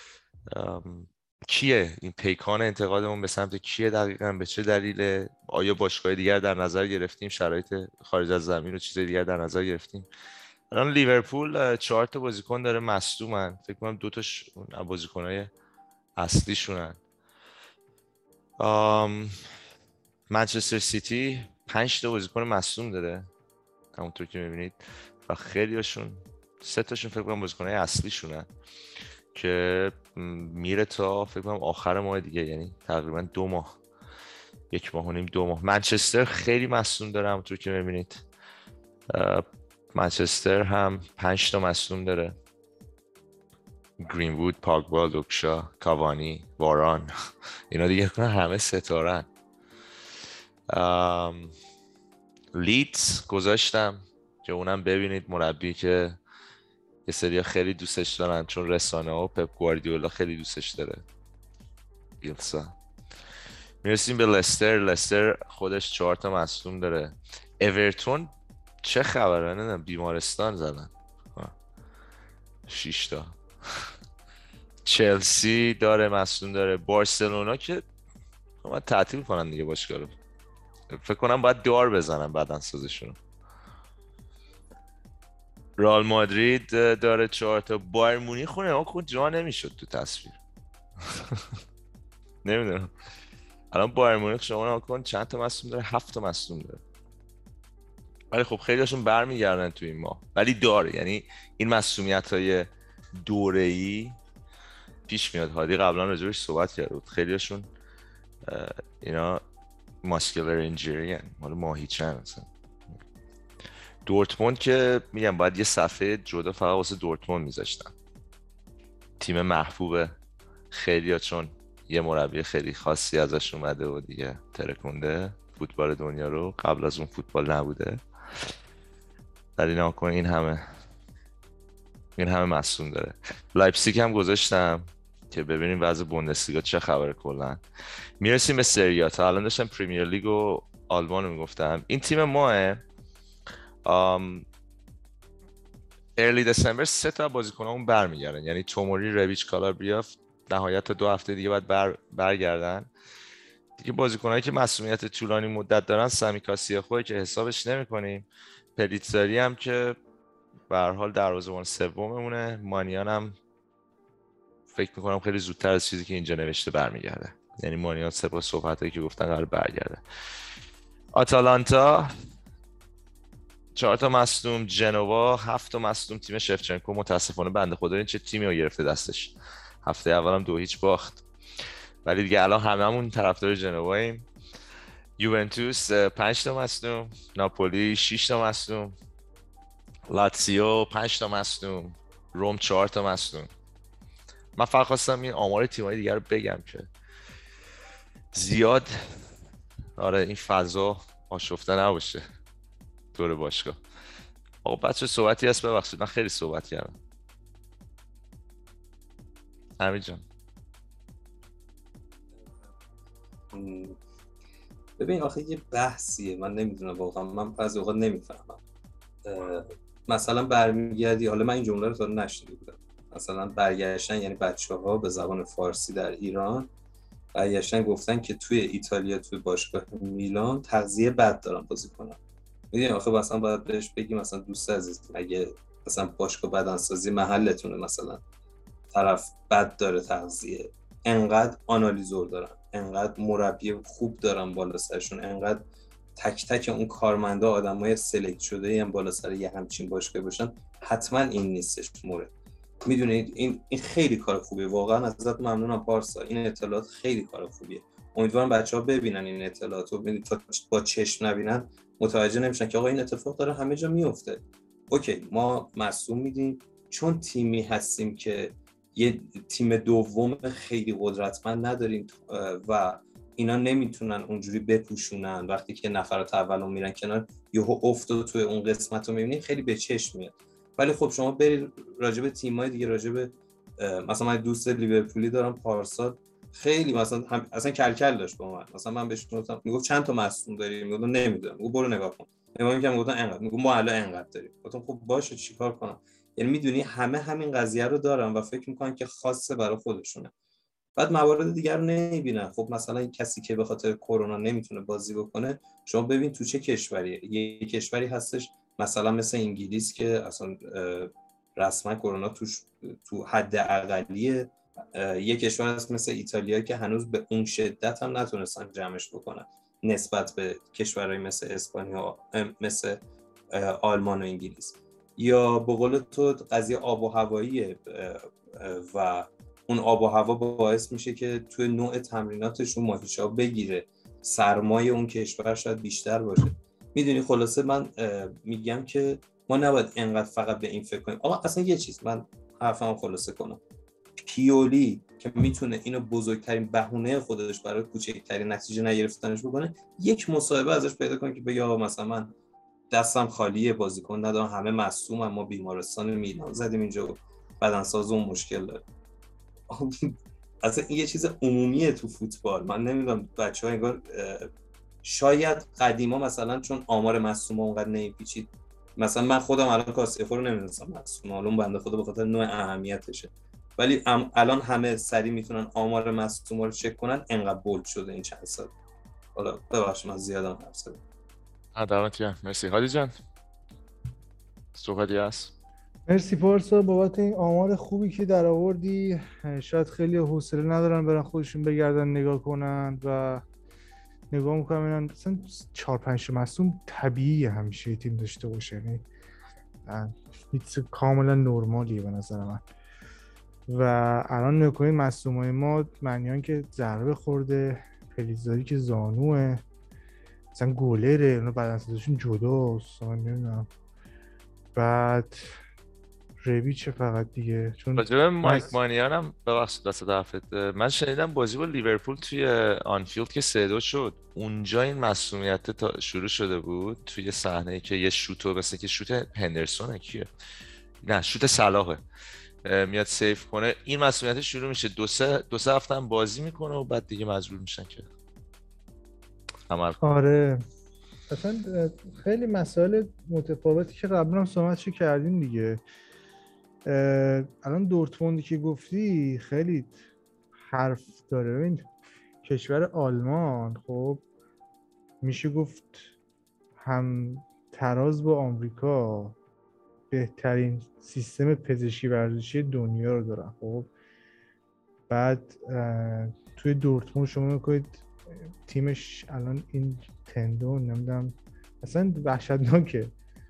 کیه این پیکان انتقادمون به سمت کیه دقیقاً، به چه دلیله؟ آیا باشگاه دیگر در نظر گرفتیم، شرایط خارج از زمین و چیزای دیگر در نظر گرفتیم؟ الان لیورپول 4 تا بازیکن داره مصدومن، فکر کنم 2 تاش بازیکنای اصلیشونن. منچستر سیتی 5 تا بازیکن مصدوم داره همونطور که میبینید و خیلی هاشون 3 تاشون فکر کنم بازیکنای اصلیشونن که میره تا فکر کنم آخر ماه دیگه، یعنی تقریبا 2 ماه، 1 ماه و نیم 2 ماه. منچستر خیلی مصدوم داره همونطور که میبینید. منچستر هم 5 تا مصدوم داره، گرین‌وود، پاگبا، لوکشا، کاوانی، واران اینا دیگه همه ستارن. لیدز گذاشتم که اونم ببینید مربی که یه سری خیلی دوستش دارن چون رسانه ها و پپ گواردیولا خیلی دوستش داره، بیلسا. میرسیم به لستر خودش 4 تا مصدوم داره. اورتون چه خبره؟ نمیدونم، بیمارستان زدن 6 تا. چلسی داره مصدوم داره. بارسلونا که ما تعطیل کنن دیگه باشگاه رو، فکر کنم باید دار بزنن بعدن سازشون. رئال مادرید داره 4 تا. بایر مونیخ خود جا نمیشد تو تصویر. نمیدونم الان بایر مونیخ شما نکن چند تا مصدوم داره، 7 تا مصدوم داره. ولی خب خیلی هاشون برمیگردن تو این ماه، ولی داره، یعنی این مصدومیت‌های دوره‌ای پیش میاد. هادی قبلا راجعش صحبت کرده بود، خیلی هاشون اینا ماسکولار اینجری ان، مال ماهیچه‌ن مثلا. دورتموند که میگم باید یه صفحه جدا فقط واسه دورتموند میذاشتن، تیم محبوب خیلی‌ها چون یه مربی خیلی خاصی ازش اومده و دیگه ترکونده فوتبال دنیا رو، قبل از اون فوتبال نبوده. در این آکن این همه مصدوم داره. لایپزیگ هم گذاشتم که ببینیم وضع بوندسلیگا چه خبره. کلا میرسیم به سری آ. تا الان داشتم پریمیر لیگ و آلمان رو میگفتم. این تیم ماه ارلی دسامبر 3 تا بازیکنامون برمیگردن، یعنی توموری، رویچ، کالابریا نهایت تا 2 هفته دیگه باید برگردن دیگه. بازیکنایی که مسئولیت طولانی مدت دارن سامی کاسیاخو که حسابش نمی‌کنیم، پلیتزاری هم که به هر حال دروازه‌بان سوممونه، مانیان هم فکر می‌کنم خیلی زودتر از چیزی که اینجا نوشته برمیگرده، یعنی مانیان سپاس صحبتایی که گفتن قرار برگرده. آتالانتا 4 تا مصدوم، جنوا 7 تا مصدوم. تیم شفچنکو متاسفانه بنده خدا این چه تیمی رو گرفته دستش، هفته اولم 2-0 باخت، ولی دیگه الان هممون طرفدار جنواییم. یوونتوس 5 تا مصدوم، ناپولی 6 تا مصدوم، لاتزیو 5 تا مصدوم، روم 4 تا مصدوم. من فقط خواستم این آمار تیم‌های دیگه رو بگم که زیاد این فضا آشفته نباشه دور باشگاه. آقا بچه صحبتی هست؟ ببخشید من خیلی صحبت کردم. امیر جان. ببین آخه یه بحثیه، من نمیدونم واقعا، من بعضی اوقات نمیفهمم. مثلا برمیگردی، حالا من این جمله رو تا نشنیده بودم، مثلا برگشتن یعنی بچه‌ها به زبان فارسی در ایران برگشتن گفتن که توی ایتالیا توی باشگاه میلان تغذیه بد دارن بازی کنن. میدونی آخه مثلا باید بهش بگی مثلا دوست عزیز اگه مثلا باشگاه بدنسازی محلتونه مثلا طرف بد داره تغذیه، انقدر آنالیزور دارن، انقدر مربی خوب دارن بالا سرشون، انقدر تک تک اون کارمندا آدمای سلکت شده این بالا سر یه همچین باشگاه باشن، حتما این نیستش مورد. میدونید این خیلی کار خوبیه، واقعا ازت ممنونم پارسا، این اطلاعات خیلی کار خوبیه. امیدوارم بچه‌ها ببینن این اطلاعات رو، ببینید تا با چشم نبینن متوجه نمیشن که آقا این اتفاق داره همه جا میفته. اوکی ما مصدوم میدیم چون تیمی هستیم که یه تیم دوم خیلی قدرتمند نداریم و اینا نمیتونن اونجوری بپوشونن. وقتی که نفرات اولون میرن کنار یهو افت توی اون قسمت رو میبینید خیلی به چشم میاد. ولی خب شما برید راجع به تیم‌های دیگه، راجع به مثلا من دوست لیورپولی دارم، پارسال خیلی مثلا اصلا کلکل داشت با من. مثلا من بهش گفتم، میگفت چند تا مصدوم داری؟ میگفتم نمیدونم. میگفت برو نگاه کن. نگاه می‌کردم میگفتن انقدر. میگفت ما الان انقدر داریم. گفتم خب باشه چیکار کنم؟ یعنی میدونی همه همین قضیه رو دارن و فکر میکنن که خاصه برای خودشونه. بعد موارد دیگر رو نمیبینن. خب مثلا کسی که به خاطر کرونا نمیتونه بازی بکنه، شما ببین تو چه کشوریه. یه کشوری هستش مثلا مثل انگلیس که اصلا رسما کرونا توش تو حد اقلیه. یه کشور هست مثل ایتالیا که هنوز به اون شدت هم نتونستن جمعش بکنن نسبت به کشورهای مثل اسپانیا، مثل آلمان و انگلیس. یا به قول تو قضیه آب و هواییه و اون آب و هوا باعث میشه که توی نوع تمریناتشون ماهیچه‌ها بگیره، سرمایه اون کشور شاید بیشتر باشه. میدونی خلاصه من میگم که ما نباید اینقدر فقط به این فکر کنیم. آقا اصلا یه چیز من حرفمو خلاصه کنم، پیولی که میتونه اینو بزرگترین بهونه خودش برای کوچکترین نتیجه نگرفتنش بکنه، یک مصاحبه ازش پیدا کنه که بگه آقا مثلا من دستم خالیه، بازیکن ندارم، همه مصدومن، ما بیمارستان میلان زدیم اینجا، بدنساز اون مشکل داره. اصلا این یه چیز عمومیه تو فوتبال. من نمیدونم بچه‌ها انگار شاید قدیما مثلا چون آمار مصدوما اونقدر نمیپیچید، مثلا من خودم الان کاسیفو رو نمیدونستم مصدوم، معلوم بنده خدا به خاطر نوع اهمیتشه، ولی الان همه سریع میتونن آمار مصدوما رو چک کنن. انقدر بولد شده این چند سال. حالا ببخشید من زیادم حرف زدم. دمت گرم. مرسی هادی جان. صحبتی هست؟ مرسی پارسا بابت این آمار خوبی که در آوردی. شاید خیلی حوصله ندارن برن خودشون بگردن نگاه کنن و نگاه میکنم اینن مثلا 4-5 مصدوم طبیعیه همیشه تیم داشته باشه، یعنی هیچ کاملا نرمالیه به نظر من. و الان نگاه کنید مصدومای ما، منیان که ضربه خورده، پلیزاری که زانوه، مثلا گولره، اونا بدنسازشون جداست، من نمیدونم. بعد رویچه فقط دیگه. چون راجب مایک مانیان هم ببخشید دست حرفت، من شنیدم بازی با لیورپول توی آنفیلد که 3-2 شد، اونجا این مسئولیت شروع شده بود توی صحنه‌ای که یه شوتو مثل که شوت هندرسونه کیه؟ نه شوت صلاحه، میاد سیف کنه، این مسئولیت شروع میشه، دو سه هفته هم بازی میکنه و بعد دیگه مجبور میشن که عمل کنه. آره اصلا خیلی مسائل متفاوتی که قبلا هم صحبتش کردیم دیگه. الان دورتموندی که گفتی خیلی حرف داره. این کشور آلمان خب میشه گفت هم تراز با آمریکا بهترین سیستم پزشکی ورزشی دنیا رو دارن. خب بعد توی دورتموند شما نکنید تیمش الان این تندون نمیدونم اصلا وحشتناکه،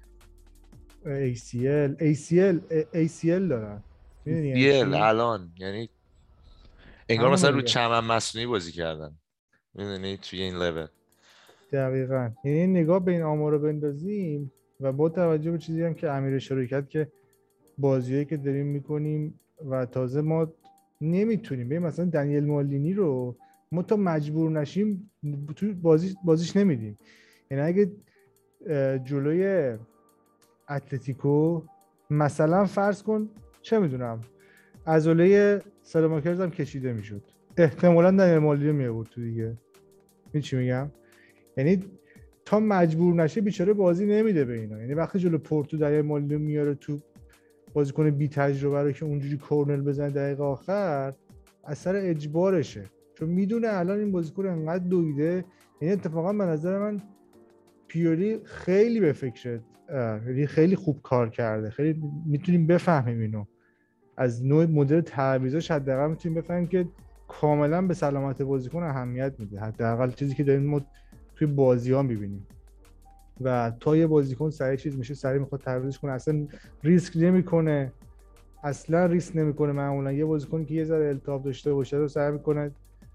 ACL دارن. میدونی الان یعنی انگار مثلا رو چمن مصنوعی بازی کردن، میدونی توی این لول. دقیقاً یعنی نگاه به این آمار رو بندازیم و با توجه به چیزی هم که امیر اشاره کرد که بازیایی که داریم میکنیم و تازه ما نمیتونیم ببین مثلا دنیل مالدینی رو ما تا مجبور نشیم تو بازیش نمیدیم. یعنی اگه جلوی اتلتیکو مثلا فرض کن چه میدونم عضله سالماکرز هم کشیده میشد، احتمالاً دنیل مالدینی میآورد تو دیگه. این چی میگم؟ یعنی تا مجبور نشه بیچاره بازی نمیده به اینا. یعنی وقتی جلو پورتو دنیل مالدینی میاره تو بازیکن بی تجربه رو که اونجوری کورنر بزنه دقیقه آخر، اثر اجبارشه، چون میدونه الان این بازیکن انقدر دویده. یعنی اتفاقا به نظر من پیولی خیلی به فکرت، خیلی خوب کار کرده. خیلی میتونیم بفهمیم اینو از نوع مدل تعویضاش، حداقل میتونیم بفهمیم که کاملا به سلامت بازیکن اهمیت میده، حداقل چیزی که داریم ما توی بازی‌ها می‌بینیم. و تا یه بازیکن سریع چیز میشه سریع میخواد تعویضش کنه، اصلا ریسک نمیکنه، اصلا ریسک نمیکنه. معمولا یه بازیکن که یه ذره التهاب داشته باشه رو سعی میکنه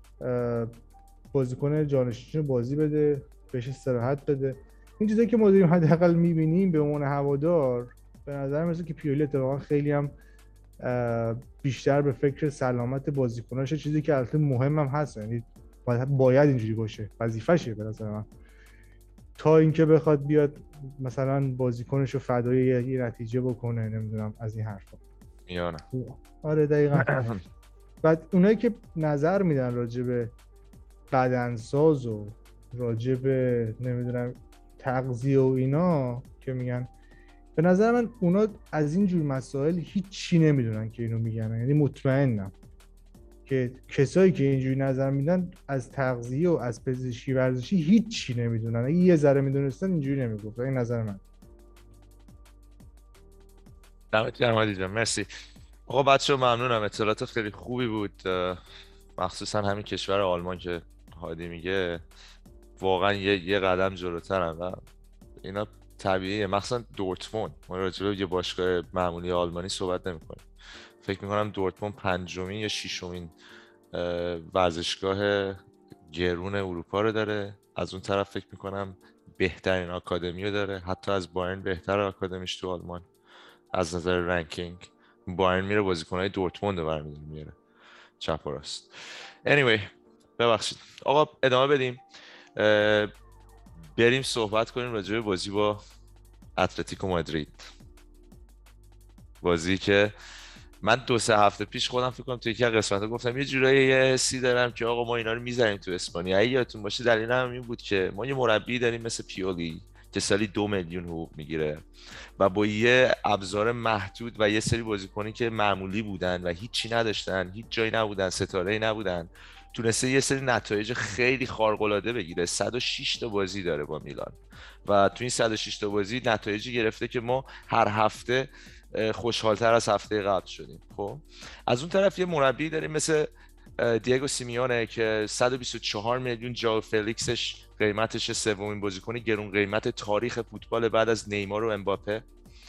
بازیکن جانشین بازی بده، بهش استراحت بده. این چیزایی که ما داریم حداقل میبینیم به عنوان هوادار، به نظر میاد که پیولی اتفاقا خیلی هم بیشتر به فکر سلامت بازیکناشه، چیزی که البته مهمم هست، یعنی باید اینجوری باشه، وظیفشه به نظر من. تا اینکه بخواد بیاد مثلا بازیکنشو فدای یه نتیجه بکنه، نمیدونم از این حرفا میانه. آره دقیقاً. بعد اونایی که نظر میدن راجع به بدنساز و راجع به نمیدونم تغذیه و اینا که میگن، به نظر من اونا از این جور مسائل هیچی نمیدونن که اینو میگن. یعنی مطمئنم که کسایی که اینجوری نظر میدن از تغذیه و از پزشکی ورزشی هیچی نمیدونن. اگه یه ذره میدونستن اینجوری نمیگفتن. این نظر من. دمت گرم عادی جان، مرسی. آقا بچه‌ها ممنونم، اطلاعات خیلی خوبی بود، مخصوصا همین کشور آلمان که هادی میگه واقعا یه قدم جلوترن و اینا طبیعیه. مخصوصا دورتموند، ما راجع به یه باشگاه معمولی آلمانی صحبت نمی‌کنیم. فکر می‌کنم دورتموند 5مین یا 6مین ورزشگاه گرون اروپا رو داره. از اون طرف فکر می‌کنم بهترین آکادمی رو داره، حتی از بایرن بهتر آکادمیش تو آلمان از نظر رنکینگ. بایرن میره بازیکن‌های دورتموند رو برمی‌داره میاره چپ و راست. anyway ببخشید آقا، ادامه بدیم، بریم صحبت کنیم راجع به بازی با اتلتیکو مادرید. بازی که من 2-3 هفته پیش خودم فکر کنم توی یکی از قسمت‌ها گفتم یه جورایی یه حسی دارم که آقا ما اینا رو میزنیم تو اسپانیا. اگه یادتون باشه دلیل هم این بود که ما یه مربی داریم مثل پیولی که سالی 2 میلیون حقوق میگیره و با یه ابزار محدود و یه سری بازیکنی که معمولی بودن و هیچی نداشتن، هیچ جایی نبودن، ستاره‌ای نبودن، تونسته یه سری نتایج خیلی خارق‌العاده بگیره. 106 تا بازی داره با میلان و تو این 106 تا بازی نتایجی گرفته که ما هر هفته خوشحال‌تر از هفته قبل شدیم. خب از اون طرف یه مربی داریم مثل دیگو سیمیونه که 124 میلیون، جاو فلیکسش قیمتش سومین بازیکن گرون قیمت تاریخ فوتبال بعد از نیمار و امباپه،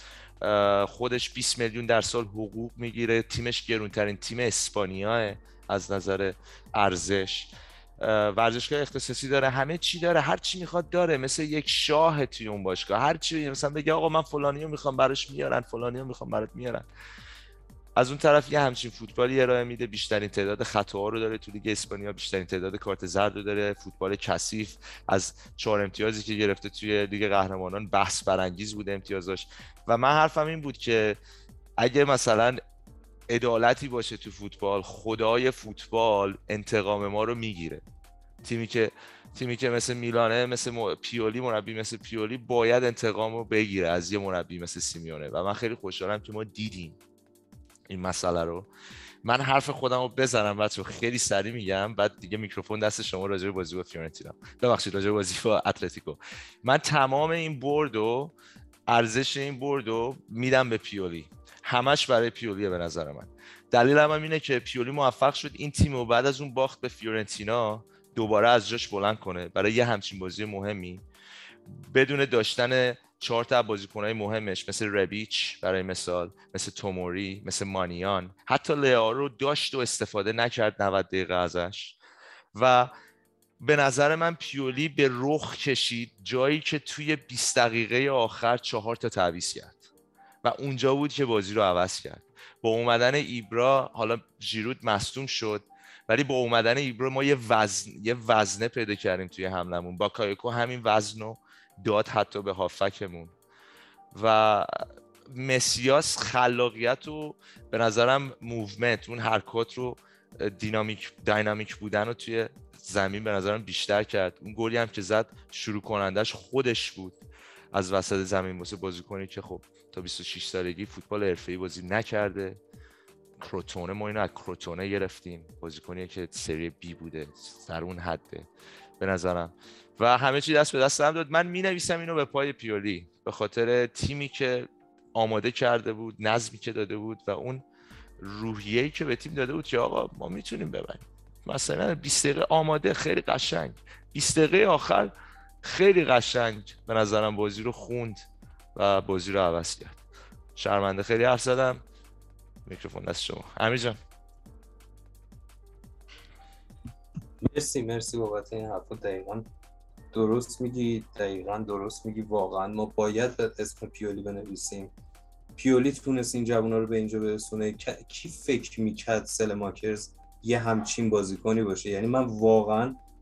خودش 20 میلیون در سال حقوق میگیره، تیمش گرونترین تیم اسپانیاه از نظر ارزش، ورزشگاه اختصاصی داره، همه چی داره، هر چی میخواد داره، مثل یک شاه توی اون باشگاه. هر چی مثلا بگه آقا من فلانیو میخوام براش میارن، فلانیو میخوام برات میارن. از اون طرف یه همچین فوتبالی ارائه میده، بیشترین تعداد خطاها رو داره تو لیگ اسپانیا، بیشترین تعداد کارت زرد رو داره، فوتبال کثیف، از 4 امتیازی که گرفته توی لیگ قهرمانان بحث برانگیز بوده امتیازاش. و من حرفم این بود که اگه مثلا عدالتی باشه تو فوتبال، خدای فوتبال انتقام ما رو میگیره. تیمی که مثل میلانه، مثل پیولی، مربی مثل پیولی باید انتقام رو بگیره از یه مربی مثل سیمیونه و من خیلی خوشحالم که ما دیدیم این مسئله رو. من حرف خودم رو بزنم بچه‌ها، خیلی سریع میگم بعد دیگه میکروفون دست شما راجع به بازی با فیورنتینا، ببخشید راجع به بازی با اتلتیکو. من تمام این بردو، ارزش این بردو میدم به پیولی، همش برای پیولیه به نظر من. دلیلم هم اینه که پیولی موفق شد این تیمو بعد از اون باخت به فیورنتینا دوباره از جاش بلند کنه برای یه همچین بازی مهمی، بدون داشتن 4 تا بازیکنای مهمش مثل ربیچ برای مثال، مثل توموری، مثل مانیان، حتی لئو رو داشت و استفاده نکرد 90 دقیقه ازش. و به نظر من پیولی به رخ کشید جایی که توی 20 دقیقه آخر 4 تا تعویض کرد و اونجا بود که بازی رو عوض کرد. با اومدن ایبرا، حالا ژیرود مصدوم شد ولی با اومدن ایبرا ما یه وزنه پیدا کردیم توی حملمون. با کایوکو همین وزنو داد حتی به هافکمون و مسیاس خلاقیت و به نظرم موومنت، اون حرکات رو، دینامیک بودن رو توی زمین به نظرم بیشتر کرد. اون گلی هم که زد شروع کنندش خودش بود از وسط زمین، واسه بازیکنی که خب تا 26 سالگی فوتبال حرفه‌ای بازی نکرده. کروتونه، ما اینو از کروتونه گرفتیم، بازیکنی که سری بی بوده، در اون حده به نظرم و همه چی دست به دست هم داد. من می‌نویسم اینو به پای پیولی به خاطر تیمی که آماده کرده بود، نظمی که داده بود و اون روحیه‌ای که به تیم داده بود که آقا ما میتونیم ببریم. مثلا 20 دقیقه آماده، خیلی قشنگ، 20 دقیقه آخر خیلی قشنگ به نظرم بازی رو خوند و بازی رو عوض کرد. شرمنده خیلی حرف زدم، میکروفون دست شما. امیر جان. مرسی بابت این حرفا. دقیقاً درست میگی. واقعا ما باید به اسم پیولی بنویسیم. پیولی تونست این جوونا رو به اینجا برسونه. کی فکر میکرد سلماکرز یه همچین بازیکنی باشه؟ یعنی من واقعا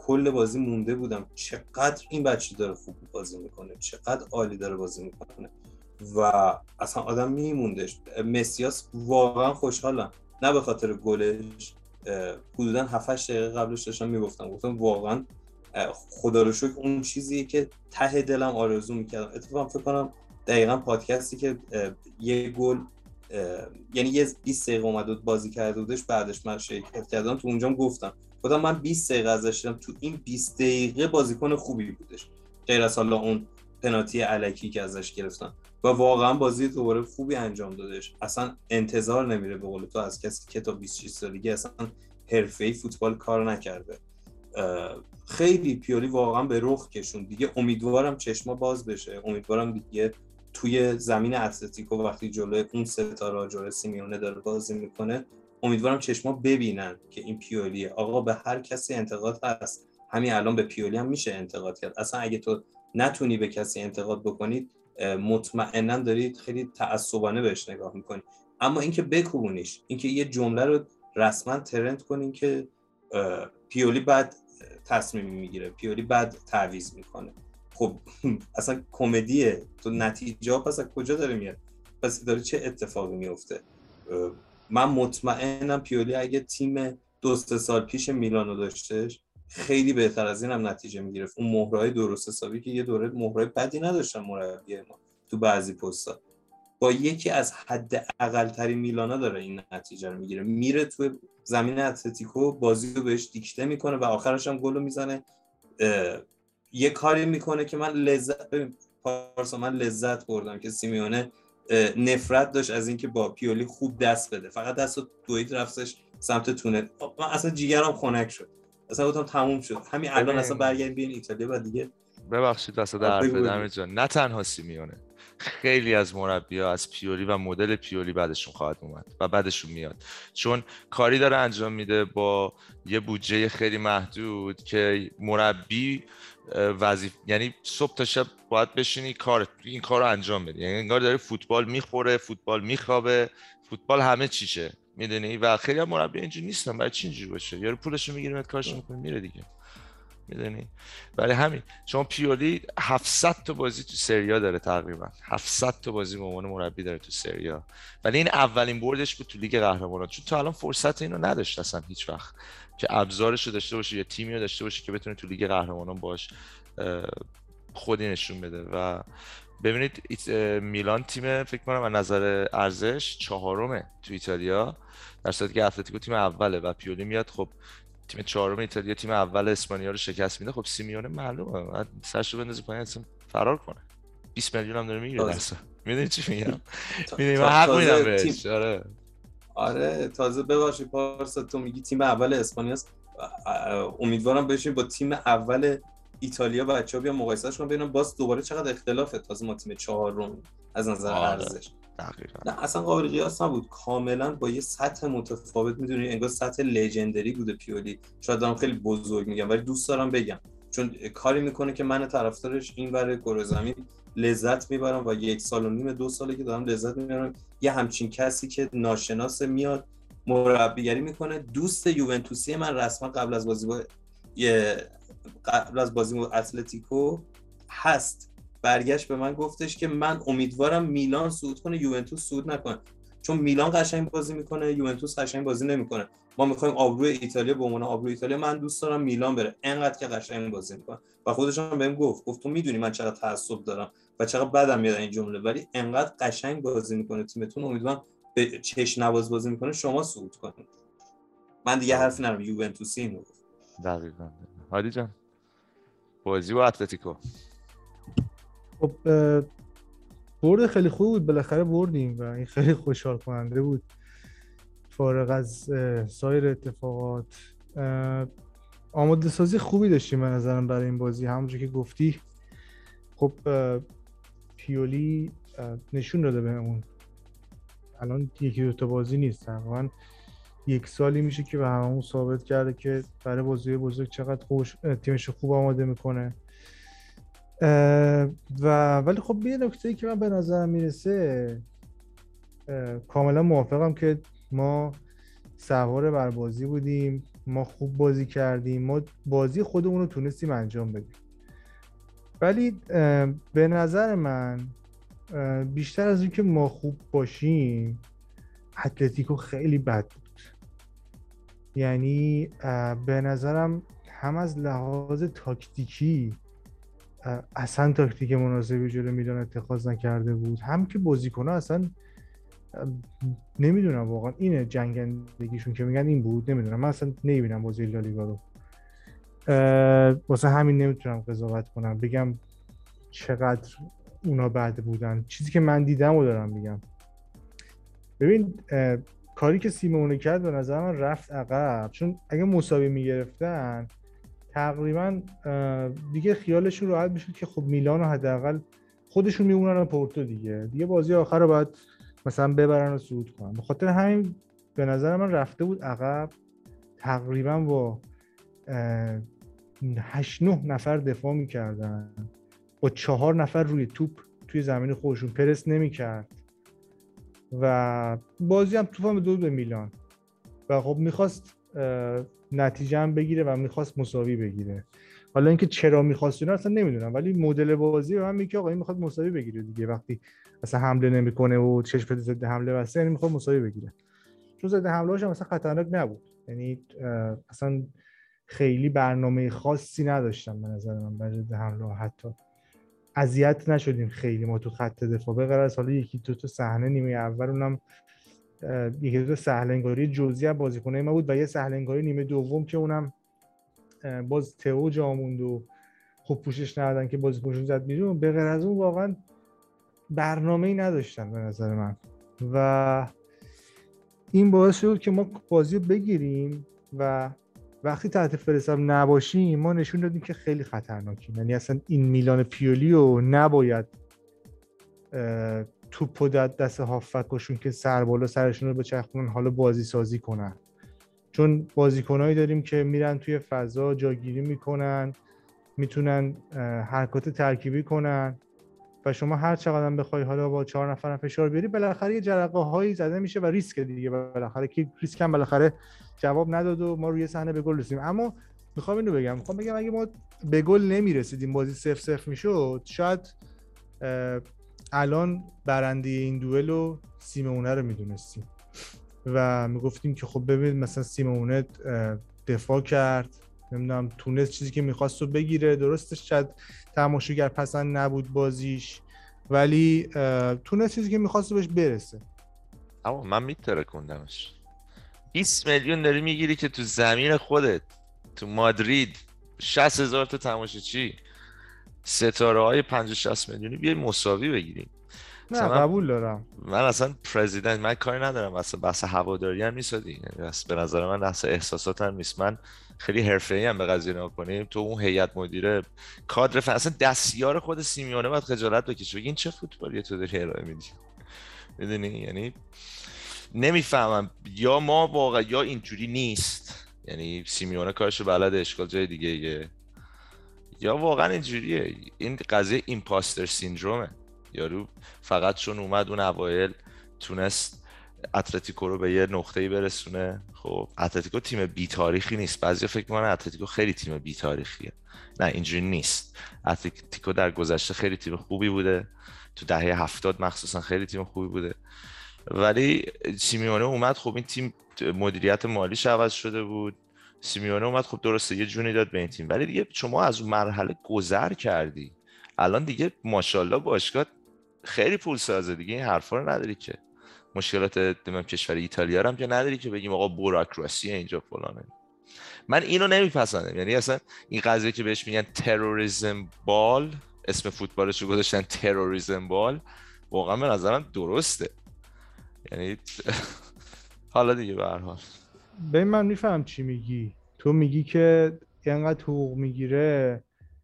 کل بازی مونده بودم چقدر این بچه داره خوب بازی میکنه، چقدر عالی داره بازی میکنه و اصلا آدم میموندش. مسیاس واقعا خوشحالم، نه به خاطر گلش، حدودا 7-8 دقیقه قبلش داشتم گفتم واقعا خدا رو شکر اون چیزیه که ته دلم آرزو میکردم. اتفاقا فکر کنم دقیقاً پادکستی که یه گل یعنی یه 20 دقیقه اومد و بازی کرده بودش بعدش من شرکت کردم، تو اونجام گفتم من 20 دقیقه ازش دیدم، تو این 20 دقیقه بازیکن خوبی بودش غیر از حالا اون پنالتی الکی که ازش گرفتن و واقعا بازی دوباره خوبی انجام دادش. اصلا انتظار نمیره به قول تو از کسی که تا 26 سالگی اصلا حرفه‌ای فوتبال کار نکرده. خیلی پیولی واقعا به رخ کشون دیگه. امیدوارم چشما باز بشه، امیدوارم دیگه توی زمین اتلتیکو وقتی جلوی اون ستاره جلوی سیمیونه داره بازی میکنه، امیدوارم چشما ببینن که این پیولیه. آقا به هر کسی انتقاد هست، همین الان به پیولی هم میشه انتقاد کرد. اصلا اگه تو نتونی به کسی انتقاد بکنید مطمئنا دارید خیلی تعصبانه بهش نگاه میکنید. اما اینکه بکوبونیش، اینکه یه جمله رو رسما ترند کنین که پیولی بعد تصمیم میگیره، پیولی بعد تعویض میکنه، خب اصلا کمدیه. تو نتیجه پس از کجا داره میاد؟ پس داره چه اتفاقی میفته؟ من مطمئنم پیولی اگه تیم 2-3 سال پیش میلانو داشتش خیلی بهتر از این هم نتیجه میگرفت. اون مهرهای درست حسابی که یه دوره مهرهای بدی نداشتن مربی ما تو بعضی پست‌ها، با یکی از حد اقل ترین میلانا داره این نتیجه رو میگیره. میره تو زمین اتلتیکو بازی رو بهش دیکته میکنه و آخرش هم گل رو میزنه. یه کاری میکنه که من لذت بردم که سیمیونه نفرت داشت از اینکه با پیولی خوب دست بده، فقط دست رو دوید رفتش سمت تونل. من اصلا جیگرم خنک شد، اصلا گفتم تموم شد همین الان اصلا برگردیم بیاین ایتالیا و دیگه. ببخشید واسه حرف بدم جان، نه تنها سیمیونه، خیلی از مربی‌ها از پیولی و مدل پیولی بعدشون خواهد اومد و بعدشون میاد، چون کاری داره انجام میده با یه بودجه خیلی محدود که مربی یعنی صبح تا شب باید بشینی این کار رو انجام بدی. یعنی انگار داره فوتبال میخوره، فوتبال میخوابه، فوتبال همه چیشه، میدونی؟ و خیلی از مربی اینجوری نیستن. برای چی اینجوری باشه؟ یارو پولشو میگیره کارشو میکنه میره دیگه، میدونی؟ برای همین شما پیولی 700 تا بازی تو سریا داره، تقریبا 700 تا بازی به عنوان مربی داره تو سریا، ولی این اولین بردش بود تو لیگ قهرمانان، چون تا الان فرصت اینو نداشت اصلا هیچ وقت که ابزارشو داشته باشه یا تیمی رو داشته باشه که بتونه تو لیگ قهرمانان باش خودی نشون بده. و ببینید میلان تیم فکر کنم از نظر ارزش 4م تو ایتالیا، در صورتی که اتلتیکو تیم اوله و پیولی میاد خب تیم 4م ایتالیا تیم اول اسپانیا رو شکست میده. خب سیمیونه معلومه سرش رو بندازه پایین اصلا فرار کنه، 20 میلیون هم داره میگیره درسا. میدونی چی میگم؟ میدونی من حق میدم بهش. آره تازه ببخشید پارسا تو میگی تیم اول اسپانیاست، امیدوارم بشین با تیم اول ایتالیا بچه‌ها بیان مقایسهش کنن ببینن باز دوباره چقدر اختلافه. تازه ما تیم 4م از نظر ارزش نه اصلا قابل قیاس نبود، کاملا با یه سطح متفاوت. میدونی انگار سطح لژندری بوده پیولی. شاید دارم خیلی بزرگ میگم ولی دوست دارم بگم، چون کاری میکنه که من طرفدارش این ور کره زمین لذت میبرم و 1.5 سال 2 ساله که دارم لذت میبرم. یه همچین کسی که ناشناس میاد مربیگری میکنه. دوست یوونتوسی من رسما قبل از بازی با اتلتیکو هست، برگشت به من گفتش که من امیدوارم میلان صعود کنه یوونتوس صعود نکنه، چون میلان قشنگ بازی میکنه یوونتوس قشنگ بازی نمیکنه. ما میخوایم آبروی ایتالیا به عنوان آبروی ایتالیا، من دوست دارم میلان بره انقدر که قشنگ بازی میکنه. و خودش هم بهم گفت تو میدونی من چقدر تعصب دارم و چقدر بدم میاد این جمله، ولی انقدر قشنگ بازی میکنه تیمتون، امیدوارم به چش نواز بازی میکنه شما صعود کنید. من دیگه حرفی ندارم، یوونتوسی اینو گفت. دقیقاً. هادی جان بازی با اتلتیکو خب برد خیلی خوب بود، بالاخره بردیم و این خیلی خوشحال کننده بود فارغ از سایر اتفاقات. آماده سازی خوبی داشتیم به نظرم برای این بازی، همونجوری که گفتی. خب پیولی نشون داده بهمون الان 1-2 تا بازی نیست، تقریبا 1 سالی میشه که به همون ثابت کرده که برای بازی بزرگ چقدر تیمش خوب آماده میکنه. ولی خب یه نکته‌ای که من به نظرم میرسه، کاملا موافقم که ما سوار بر بازی بودیم ما خوب بازی کردیم، ما بازی خودمون رو تونستیم انجام بدیم. ولی به نظر من بیشتر از اون که ما خوب باشیم، اتلتیکو خیلی بد بود. یعنی به نظرم هم از لحاظ تاکتیکی اصلا تاکتیک مناسبی جلوی میلان اتخاذ نکرده بود، هم که بازیکن‌ها اصلا نمیدونم واقعا اینه جنگندگیشون که میگن این بود، نمیدونم، من اصلا نمیبینم بازی لالیگا رو، واسه همین نمیتونم قضاوت کنم بگم چقدر اونا بد بودن. چیزی که من دیدم رو دارم میگم. ببین کاری که سیمونه کرد به نظر من رفت عقب، چون اگه مساوی میگرفتن تقریبا دیگه خیالشون راحت میشد که خب میلان رو حداقل خودشون میمونن پورتو، دیگه بازی آخر رو باید مثلا ببرن و صعود کنن. به خاطر همین به نظر من رفته بود عقب، تقریبا با 8-9 نفر دفاع میکردن، با 4 نفر روی توپ توی زمین خودشون پرس نمیکرد و بازی هم توفان به میلان و خب میخواست نتیجه هم بگیره و میخواست مساوی بگیره. حالا اینکه چرا میخواست اینا اصلا نمیدونم، ولی مدل بازی به من میگه که آقا این میخواد مساوی بگیره دیگه، وقتی اصلا حمله نمیکنه و چشم به ضد حمله بسته، یعنی میخواد مساوی بگیره، چون ضد حمله‌اش هم اصلا خطرناک نبود، یعنی اصلا خیلی برنامه خاصی نداشتم به نظر من برای ضد حمله. حتی اذیت نشدیم خیلی ما تو خط دفاع، به غیر از حالا یکی دو تا صحنه نیمه اول، اونم یکی دو تا سهلنگاری جزئی از بازیکنای ما بود و یه سهلنگاری نیمه دوم که اونم باز تئو جا موند و خوب پوشش ندادن که بازیکنشون زد بیرون. به غیر از اون واقعا برنامه‌ای نداشتن به نظر من و این باعث شد که ما بازی رو بگیریم و وقتی تحت فشار نباشیم ما نشون دادیم که خیلی خطرناکیم. یعنی اصلا این میلان پیولیو نباید توپو دست هافکاشون که سر بالا سرشون رو بچرخونن حالا بازی سازی کنن، چون بازیکنایی داریم که میرن توی فضا جاگیری میکنن، میتونن حرکات ترکیبی کنن و شما هر چقدر بخوای حالا با 4 نفر فشار بیاری بالاخره یه جرقه هایی زده میشه و ریسک دیگه، بالاخره که ریسک هم بالاخره جواب نداد و ما روی صحنه به گل رسیدیم. اما میخوام اینو بگم اگه ما به گل نمیرسیدیم بازی 0-0 میشد، شاید الان برنده این دوئل سیمونه رو میدونستیم و میگفتیم که خب ببین مثلا سیمونه دفاع کرد، نمیدونم تونست چیزی که میخواست رو بگیره، درستش شاید تماشاگر پسند نبود بازیش ولی تونست چیزی که میخواست بهش برسه. اما من میترکوندمش. 20 میلیون داری میگیری که تو زمین خودت تو مادرید 60,000 تا تماشاچی، ستاره های 50-60 میلیونی بیای مساوی بگیریم. نه قبول دارم، من اصلا پرزیدنت، من کاری ندارم، اصلا بحث هواداری هم نیست دیگه، به نظر من بحث احساسات هم نیست. من خیلی حرفه‌ای هم به قضیه نگاه کنیم. تو اون هیئت مدیره کادر اصلا دستیار خود سیمیونه باید خجالت بکشه، این چه فوتبالیه تو داری ارائه میدی؟ میدونی یعنی نمیفهمم، یا ما واقعا یا اینجوری نیست، یعنی سیمیونه کارشو بلده اشکال جای دیگه، یا واقعا اینجوریه. این قضیه ایمپاستر سیندرومه. یارو فقط چون اومد اون اوایل تونست اتلتیکو رو به یه نقطه‌ای برسونه. خب اتلتیکو تیم بی تاریخی نیست، بعضیا فکر می‌کنن اتلتیکو خیلی تیم بی تاریخیه، نه اینجوری نیست. اتلتیکو در گذشته خیلی تیم خوبی بوده، تو دهه 70 مخصوصا خیلی تیم خوبی بوده، ولی سیمیونه اومد خب این تیم مدیریت مالیش عوض شده بود، سیمیونه اومد خب درسته یه جونی داد به این تیم، ولی دیگه شما از اون مرحله گذر کردی، الان دیگه ماشاءالله باشگاه خیلی پول سازه دیگه، این حرفا رو نداری که. مشکلات کشور ایتالیا هم که نداری که بگیم آقا بوراکراسی اینجا فلانه. من اینو نمیپسندم، یعنی اصلا این قضیه که بهش میگن تروریسم بال، اسم فوتبالش رو گذاشتن تروریسم بال، واقعا به نظرم درسته. یعنی حالا دیگه به هر حال ببین من میفهم چی میگی، تو میگی که اینقدر حقوق میگیره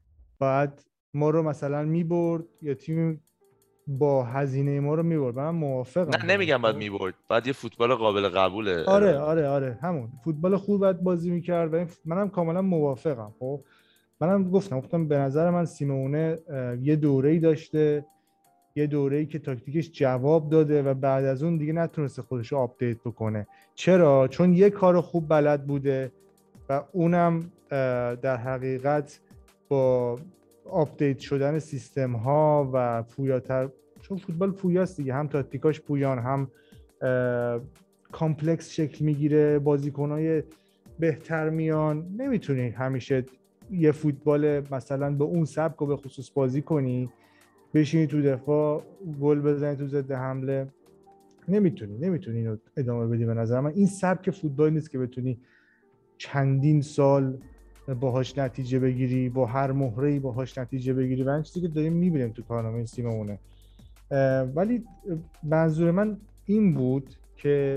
بعد ما رو مثلا میبرد یا تیم با هزینه ما رو میبرد. من موافقم. نه نمیگم باید میبرد، بعد یه فوتبال قابل قبوله. آره همون فوتبال خوب باید بازی میکرد و منم کاملا موافقم. خب منم گفتم به نظر من سیمونه یه دوره‌ای داشته، یه دوره‌ای که تاکتیکش جواب داده و بعد از اون دیگه نتونسته خودش رو آپدیت بکنه. چرا؟ چون یه کار خوب بلد بوده و اونم در حقیقت با آپدیت شدن سیستم ها و پویاتر، چون فوتبال پویاست دیگه، هم تاکتیکاش پویان، هم کامپلکس شکل میگیره، بازیکنای بهتر میان. نمیتونی همیشه یه فوتبال مثلا به اون سبک و به خصوص بازی کنی، بشینی تو دفاع گل بزنی تو ضد حمله. نمیتونی اینو ادامه بدی. به نظر من این سبک فوتبال نیست که بتونی چندین سال باهاش نتیجه بگیری، با هر مهره‌ای باهاش نتیجه بگیری. و این چیزی که داریم میبینیم تو کارنامه سیمونه. ولی منظور من این بود که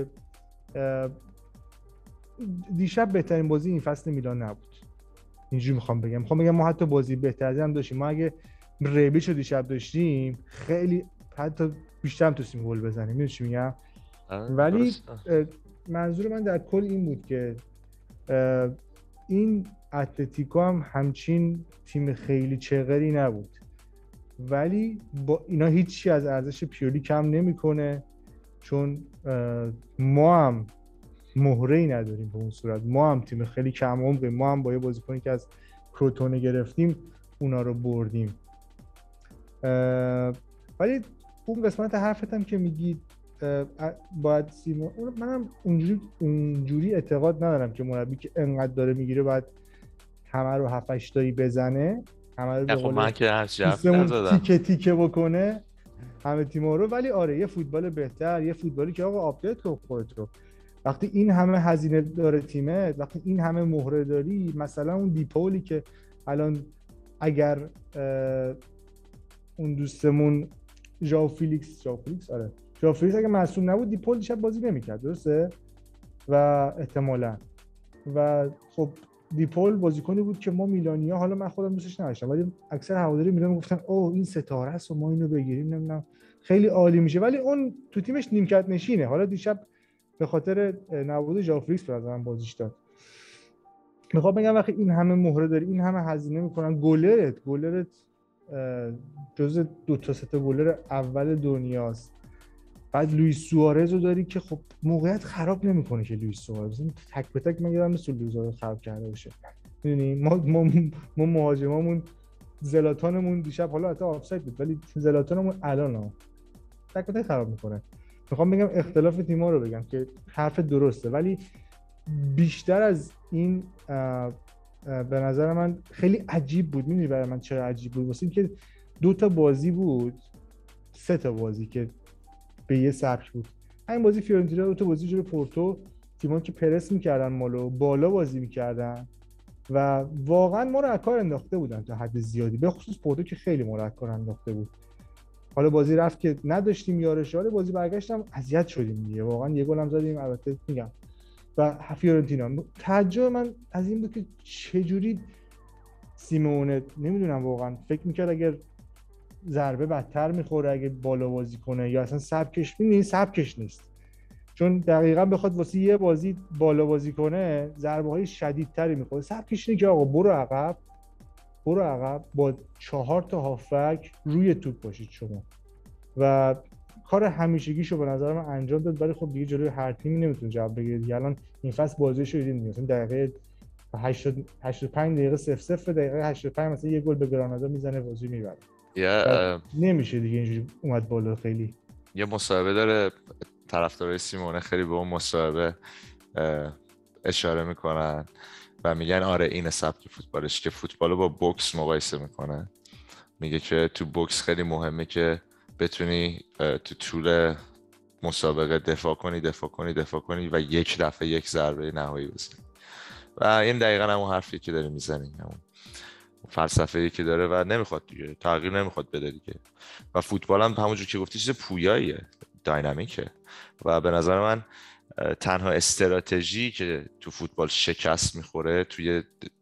دیشب بهترین بازی این فصل میلان نبود. اینجوری میخوام بگم ما حتی بازی بهتری هم داشتیم. ما اگه ریبیچو دیشب داشتیم خیلی حتی بیشتر هم توستیم گل بزنیم. میدونی چی میگم؟ ولی منظور من در کل این بود که این اتلتیکو هم همچین تیم خیلی چغری نبود، ولی با اینا هیچی از ارزش پیولی کم نمیکنه، چون ما هم مهره‌ای نداریم به اون صورت. ما هم تیم خیلی کم عمقیم. ما هم با یه بازیکنی که از کروتونه گرفتیم اونا رو بردیم. ولی اون قسمت حرفتم که میگید باید منم اونجوری اعتقاد ندارم که مربی که انقدر داره میگیره باید همه رو 7-8 تایی بزنه، همه رو به قول تیکه تیکه بکنه همه تیم‌ها رو. ولی آره، یه فوتبال بهتر، یه فوتبالی که آقا آپدیت کن خودت رو. وقتی این همه هزینه داره تیمت، وقتی این همه مهره داری، مثلا اون دیپولی که الان اگر اون دوستمون ژائو فیلیکس اگه معصوم نبود دیپول دیشب بازی نمی‌کرد، درسته؟ و احتمالاً و خب دیپول بازیکنی بود که ما میلانیا، حالا من خودم دوستش نداشتم، ولی اکثر هواداری میلان گفتن اوه این ستاره است و ما اینو بگیریم، نمیدونم خیلی عالی میشه. ولی اون تو تیمش نیمکت نشینه. حالا دیشب به خاطر نبود ژائو فیلیکس به نظرم بازیش داد. میخوام بگم وقتی این همه مهره داری، این همه هزینه میکنن، گلرت جزء 2-3 گلر اول دنیاست. بعد لوئیس سوارز رو داری که خب موقعیت خراب نمیکنه که لوئیس سوارز تک به تک میگم مثل لوئیس سوارز خراب کرده باشه. میدونی ما مهاجمامون زلاتانمون دیشب حالا حتی آفساید بود، ولی زلاتانمون الان تک به تک خراب میکنه. میخوام بگم اختلاف تیم‌ها رو بگم که حرف درسته، ولی بیشتر از این به نظر من خیلی عجیب بود. میدونی برای من چرا عجیب بود؟ واسه اینکه 2 تا بازی بود، 3 تا بازی که به یه سبک بود. همین بازی فیورنتینا، 2 تا بازی جلوی پورتو، تیمایی که پرس می‌کردن مالو بالا بازی می‌کردن و واقعا ما رو از کار انداخته بودن تا حد زیادی، به خصوص پورتو که خیلی ما رو از کار انداخته بود. حالا بازی رفت که نداشتیم یارش، حالا بازی برگشتم اذیت شدیم دیگه، واقعا یه گل هم زدیم البته میگم. و فیورنتینا تعجب من از این بود که چجوری سیمونه نمیدونم واقعا فکر می‌کرد اگر ضربه بدتر میخوره اگه بالا بازی کنه، یا اصلا سبکش نیست، چون دقیقاً بخواد واسه یه بازی بالا بازی کنه ضربه های شدیدتری میخوره. سبکش اینه که آقا برو عقب با 4 تا هافبک روی توپ باشید شما، و کار همیشگیشو به نظر من انجام داد. ولی خب دیگه جلوی هر تیمی نمیتونه جواب بگیره دیگه. الان این فصل بازیشو دیدین مثلا دقیقه 85 دقیقه 0-0 دقیقه 85 مثلا یه گل به گرانادا میزنه بازی میبره. نمیشه دیگه اینجوری اومد بالا. خیلی یه مصاحبه داره طرفدارای سیمونه، خیلی به اون مصاحبه اشاره میکنن و میگن آره این سبک فوتبالش که فوتبالو با بوکس مقایسه میکنه. میگه که تو بوکس خیلی مهمه که بتونی تو طول مسابقه دفاع کنی و یک دفعه یک ضربه نهایی بزنی. و این دقیقاً همون حرفی که داری میزنی، همون فلسفه‌ای که داره و نمیخواد دیگه تغییر نمیخواد بده دیگه. و فوتبال هم همونجور که گفتی چیز پویاییه، داینامیکه. و به نظر من تنها استراتژی که تو فوتبال شکست میخوره، توی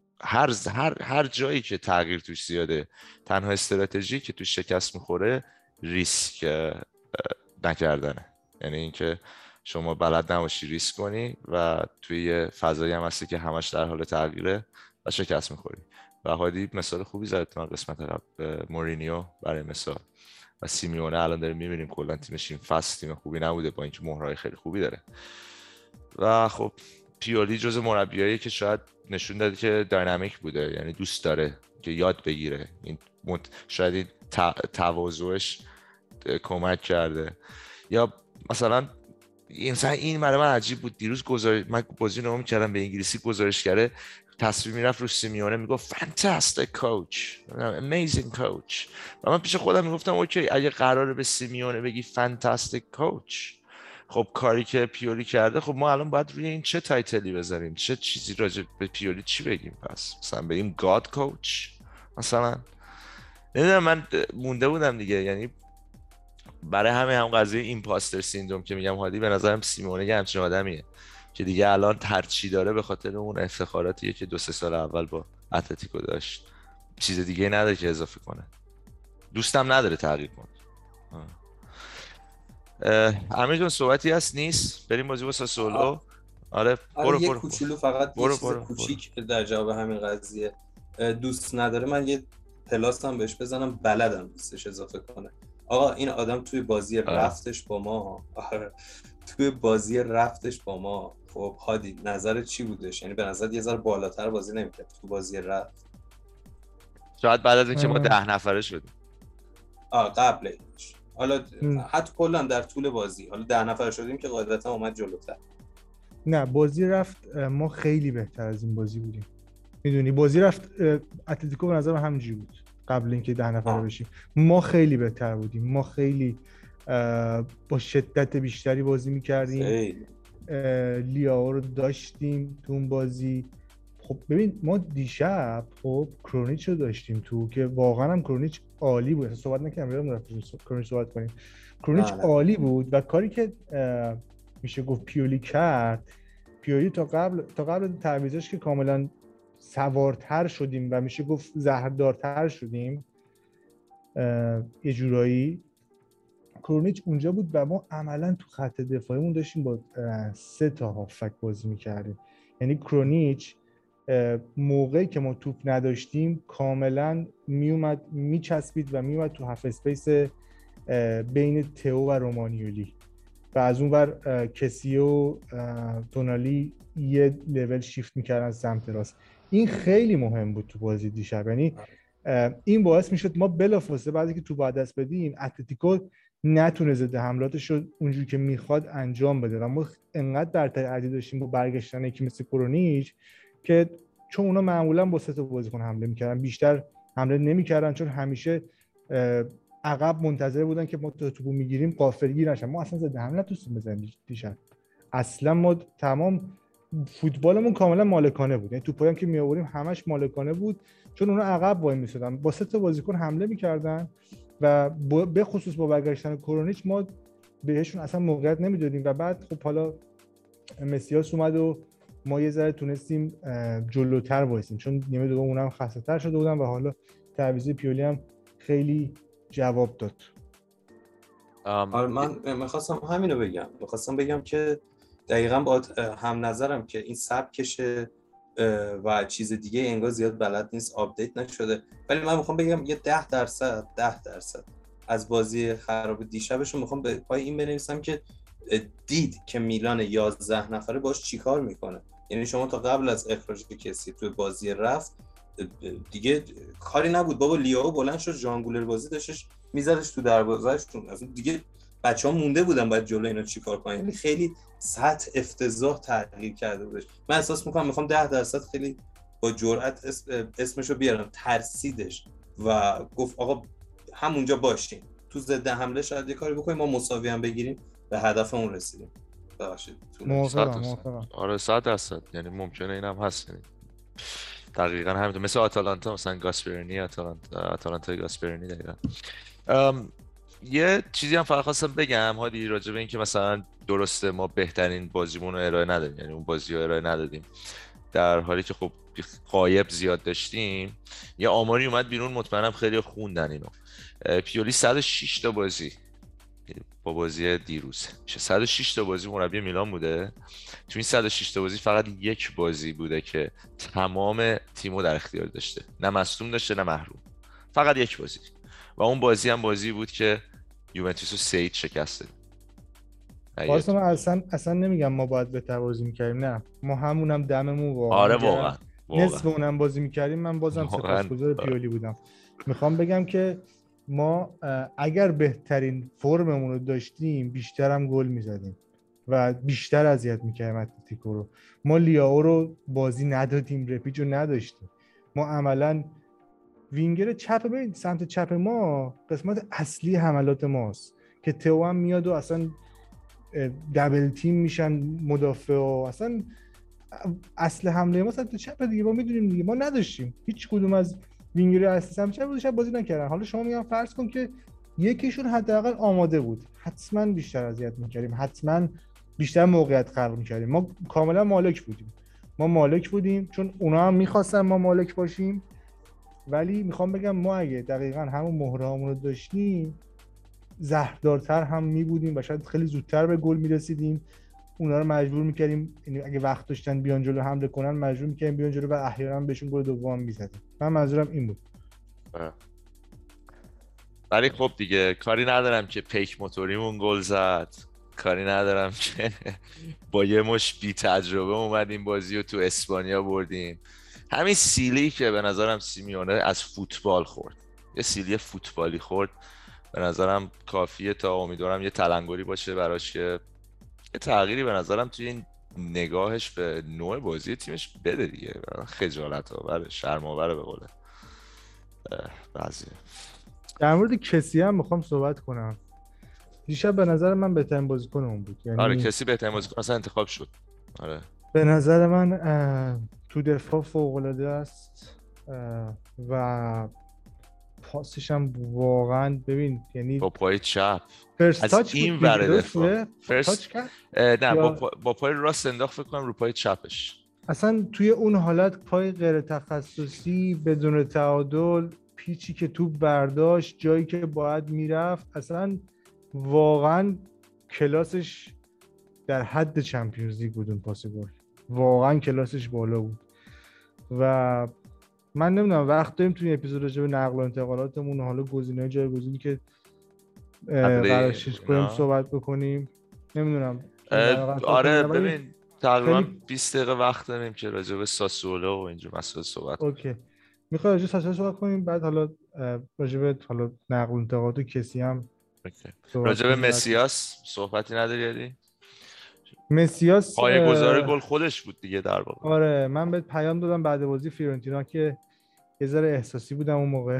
هر جایی که تغییر توش زیاده، تنها استراتژی که توش شکست میخوره ریسک نکردنه. یعنی اینکه شما بلد نباشی ریسک کنی و توی یه فضایی هم هستی که همش در حال تغییره و شکست میخوری. و هادی مثال خوبی زد تو قسمت قبل، مورینیو برای مثال، و سیمیونه الان داریم میبینیم کلا تیمش این فصل تیم خوبی نبوده با اینکه مهرهای خیلی خوبی داره. و خب پیولی جز مربیایی که شاید نشون داده که داینامیک بوده، یعنی دوست داره که یاد بگیره. این شاید این تواضعش کمک کرده. یا مثلا این برای من عجیب بود، دیروز من بازی نگاه می‌کردم به انگلیسی گزارشگره تصویر میرفت رو سیمیونه میگفت fantastic coach amazing coach و من پیش خودم میگفتم اوکی اگه قراره به سیمیونه بگی fantastic coach، خب کاری که پیولی کرده، خب ما الان باید روی این چه تایتلی بذاریم، چه چیزی راجع به پیولی چی بگیم؟ پس مثلا بگیم God coach مثلا، نمیدونم. من مونده بودم دیگه، یعنی برای هم قضیه ایمپاستر سیندروم که میگم هادی، به نظرم سیمونه یه همچین آدمیه که دیگه الان ترچی داره به خاطر اون افتخاراتیه که 2-3 سال اول با اتلتیکو داشت، چیز دیگه نداره که اضافه کنه، دوستم نداره تغییر کنه. امیر جان صحبتی هست نیست؟ بریم بازی با ساسولو. آره یه کوچولو فقط یه چیز کوچیک در جواب همین قضیه، دوست نداره من یه پلاس هم بهش بزنم، بلدم دوستش اضافه کنه. آقا این آدم توی بازی رفتش با ما، توی بازی رفتش با ما، خب هادی نظر چی بودش؟ یعنی به نظر یه ذره بالاتر بازی نمی‌کرد تو بازی رفت؟ شاید بعد از اینکه ما 10 نفره شدیم قبلش، حالا حتی کلا در طول بازی، حالا 10 نفره شدیم که قاعدتا اومد جلوتر. نه بازی رفت ما خیلی بهتر از این بازی بودیم، میدونی بازی رفت اتلتیکو به نظر همینجوری بود قبل اینکه 10 نفره بشیم، ما خیلی بهتر بودیم، ما خیلی با شدت بیشتری بازی میکردیم، لیاو رو داشتیم تو اون بازی. خب ببین ما دیشب خب کرونیچ رو داشتیم تو که واقعا هم کرونیچ عالی بود، صحبت نکنم برام کرونیچ صحبت کنیم. کرونیچ عالی بود و کاری که میشه گفت پیولی کرد، پیولی تا قبل تعویضش که کاملا سوارتر شدیم و میشه گفت زهردارتر شدیم یه جورایی، کرونیچ اونجا بود و ما عملا تو خط دفاعیمون داشتیم با 3 تا هافک بازی میکردیم. یعنی کرونیچ موقعی که ما توپ نداشتیم کاملا میومد میچسبید و میومد تو هاف اسپیس بین تئو و رومانیولی و از اون ور کسی و تونالی یه لول شیفت میکردن سمت راست. این خیلی مهم بود تو بازی دیشب، یعنی این باعث میشد ما بلافاصله بعد که تو بعد دست بدیم اتلتیکو نتونه ضد حملاتش رو اونجوری که میخواد انجام بده و ما انقدر برتری عددی داشتیم با برگشتن یکی مثل کرونیچ که چون اونا معمولا با 3 تا بازیکن حمله میکردن بیشتر حمله نمیکردن، چون همیشه عقب منتظر بودن که ما توپو میگیریم غافلگیر نشن. ما اصلا ضد حمله توسیم بزنیم دیشب، اصلا ما تمام فوتبالمون کاملا مالکانه بود، یعنی توپایی هم که می آوریم همش مالکانه بود چون اونا عقب وای میسادن با 3 تا بازیکن حمله میکردن و به خصوص با برگشتن کرونیچ ما بهشون اصلا موقعیت نمیدادیم و بعد خب حالا مسیاس اومد و ما یه ذره تونستیم جلوتر وایسیم چون نیمه دوم اونم خسته‌تر شده بودن و حالا تعویض پیولی هم خیلی جواب داد. من میخواستم همینو بگم، که دقیقاً با هم نظرم که این سبکش و چیز دیگه انگار زیاد بلد نیست، آپدیت نشده، ولی من میخوام بگم یه 10% از بازی خراب دیشبش رو میخوام به پای این بنویسم که دید که میلان 11 نفره باش چیکار میکنه. یعنی شما تا قبل از اخراج کسی توی بازی رفت دیگه کاری نبود، بابا لیاو بلند شد ژانگولر بازی داشتش میذارش تو دروازه‌شون، اصلا دیگه بچه‌ها مونده بودن باید جلوی اینا چیکار کنن. یعنی خیلی سطح افتضاح تغییر کرده بودش. من احساس میکنم میخوام 10% خیلی با جرأت اسمشو بیارم، ترسیدش و گفت آقا همونجا باشین، تو ضد حمله شاید یه کاری بکنیم ما مساوی هم بگیریم، به هدفمون رسیدیم. ببخشید. موافقم. آره 100%، یعنی ممکنه اینم هست، یعنی دقیقاً همینطور مثل آتالانتا، مثلا گاسپرینی آتالانتا گاسپرینی دقیقاً. یه چیزی هم فقط خواستم بگم هادی راجع به این که مثلا درسته ما بهترین بازیمون رو ارائه ندادیم، یعنی اون بازی رو ارائه ندادیم در حالی که خب غایب زیاد داشتیم. یه آماری اومد بیرون، مطمئنم خیلی خوندن اینو، پیولی 106 تا بازی با بازی دیروز 106 تا بازی مربی میلان بوده، تو این 106 تا بازی فقط یک بازی بوده که تمام تیمو در اختیار داشته، نه مصدوم داشته نه محروم، فقط یک بازی و اون بازی هم بازی بود که یوونتوس رو 3-0 شکست داد. واسه من اصلا نمیگم ما باید بهتر بازی میکردیم، نه ما همونم دممون واقعا آره واقعا نصف اونم بازی میکردیم. من بازم سپاسگزار پیولی بودم. میخوام بگم که ما اگر بهترین فرممون رو داشتیم بیشتر هم گل میزدیم و بیشتر اذیت میکردیم اتلتیکو رو. ما لیاو رو بازی ندادیم، رپیچ رو نداشتیم. ما عملا وینگر چپ، ببین سمت چپ ما قسمت اصلی حملات ماست که تئو هم میاد و اصلا دبل تیم میشن مدافع و اصلا اصل حمله ما سمت چپ دیگه. ما میدونیم دیگه ما نداشتیم هیچ کدوم از وینگر اصلی سمت چپ بازی نکردن. حالا شما میگم فرض کن که یکیشون حداقل آماده بود، حتما بیشتر اذیت میکردیم، حتما بیشتر موقعیت خلق میکردیم. ما کاملا مالک بودیم چون اونا هم میخواستن ما مالک باشیم. ولی میخوام بگم ما اگه دقیقاً همون مهرهامون رو داشتیم زهردارتر هم میبودیم و شاید خیلی زودتر به گل میرسیدیم. اونا رو مجبور میکردیم، یعنی اگه وقت داشتن بیان جلو حمله کنن مجبور میکردیم بیان جلو و احیانا بهشون گل دوم میزدیم. من منظورم این بود. ولی خب دیگه کاری ندارم که پیک موتوریمون گل زد، کاری ندارم که با یه مش بی تجربه اومدیم بازی رو تو اسپانیا بردیم. همین سیلی که به نظرم سیمیونه از فوتبال خورد، یه سیلی فوتبالی خورد، به نظرم کافیه تا امیدوارم یه تلنگری باشه براش که یه تغییری به نظرم توی این نگاهش به نوع بازی تیمش بده دیگه. خجالت آوره، شرم آوره به قول بعضی. در مورد کسی هم میخوام صحبت کنم. دیشب به نظر من بهترین بازیکن اون بود. یعنی آره کسی بهترین بازیکن اصلا انتخاب شد. آره به نظر من تو دفاع فوق‌العاده است و پاسش هم واقعا ببین یعنی با پای چپ از این ور دفاع نه با پای راست انداخت فکر کنم رو پای چپش. اصلا توی اون حالت پای غیر تخصصی بدون تعادل، پیچی که توپ برداشت، جایی که باید میرفت، اصلا واقعا کلاسش در حد چمپیونز لیگ بود. اون پاس گل واقعا کلاسش بالا بود و من نمیدونم وقت داریم توی اپیزود راجع به نقل و انتقالاتمون حالا گزینه‌های جایگزینی که قرار چیز کنیم صحبت بکنیم. نمیدونم آره ببین تقریبا 20 دقیقه وقت داریم که راجع به ساسولو و اینجور مسائل صحبت کنیم. اوکی میخوای راجع به ساسولو صحبت کنیم، بعد حالا راجع به حالا نقل و انتقالات کسی هم راجع به مسیاس صحبتی نداری یادی؟ مسیاس پایه‌گذار گل خودش بود دیگه در واقع. آره من بهت پیام دادم بعد بازی فیورنتینا که یه ذره احساسی بودم اون موقع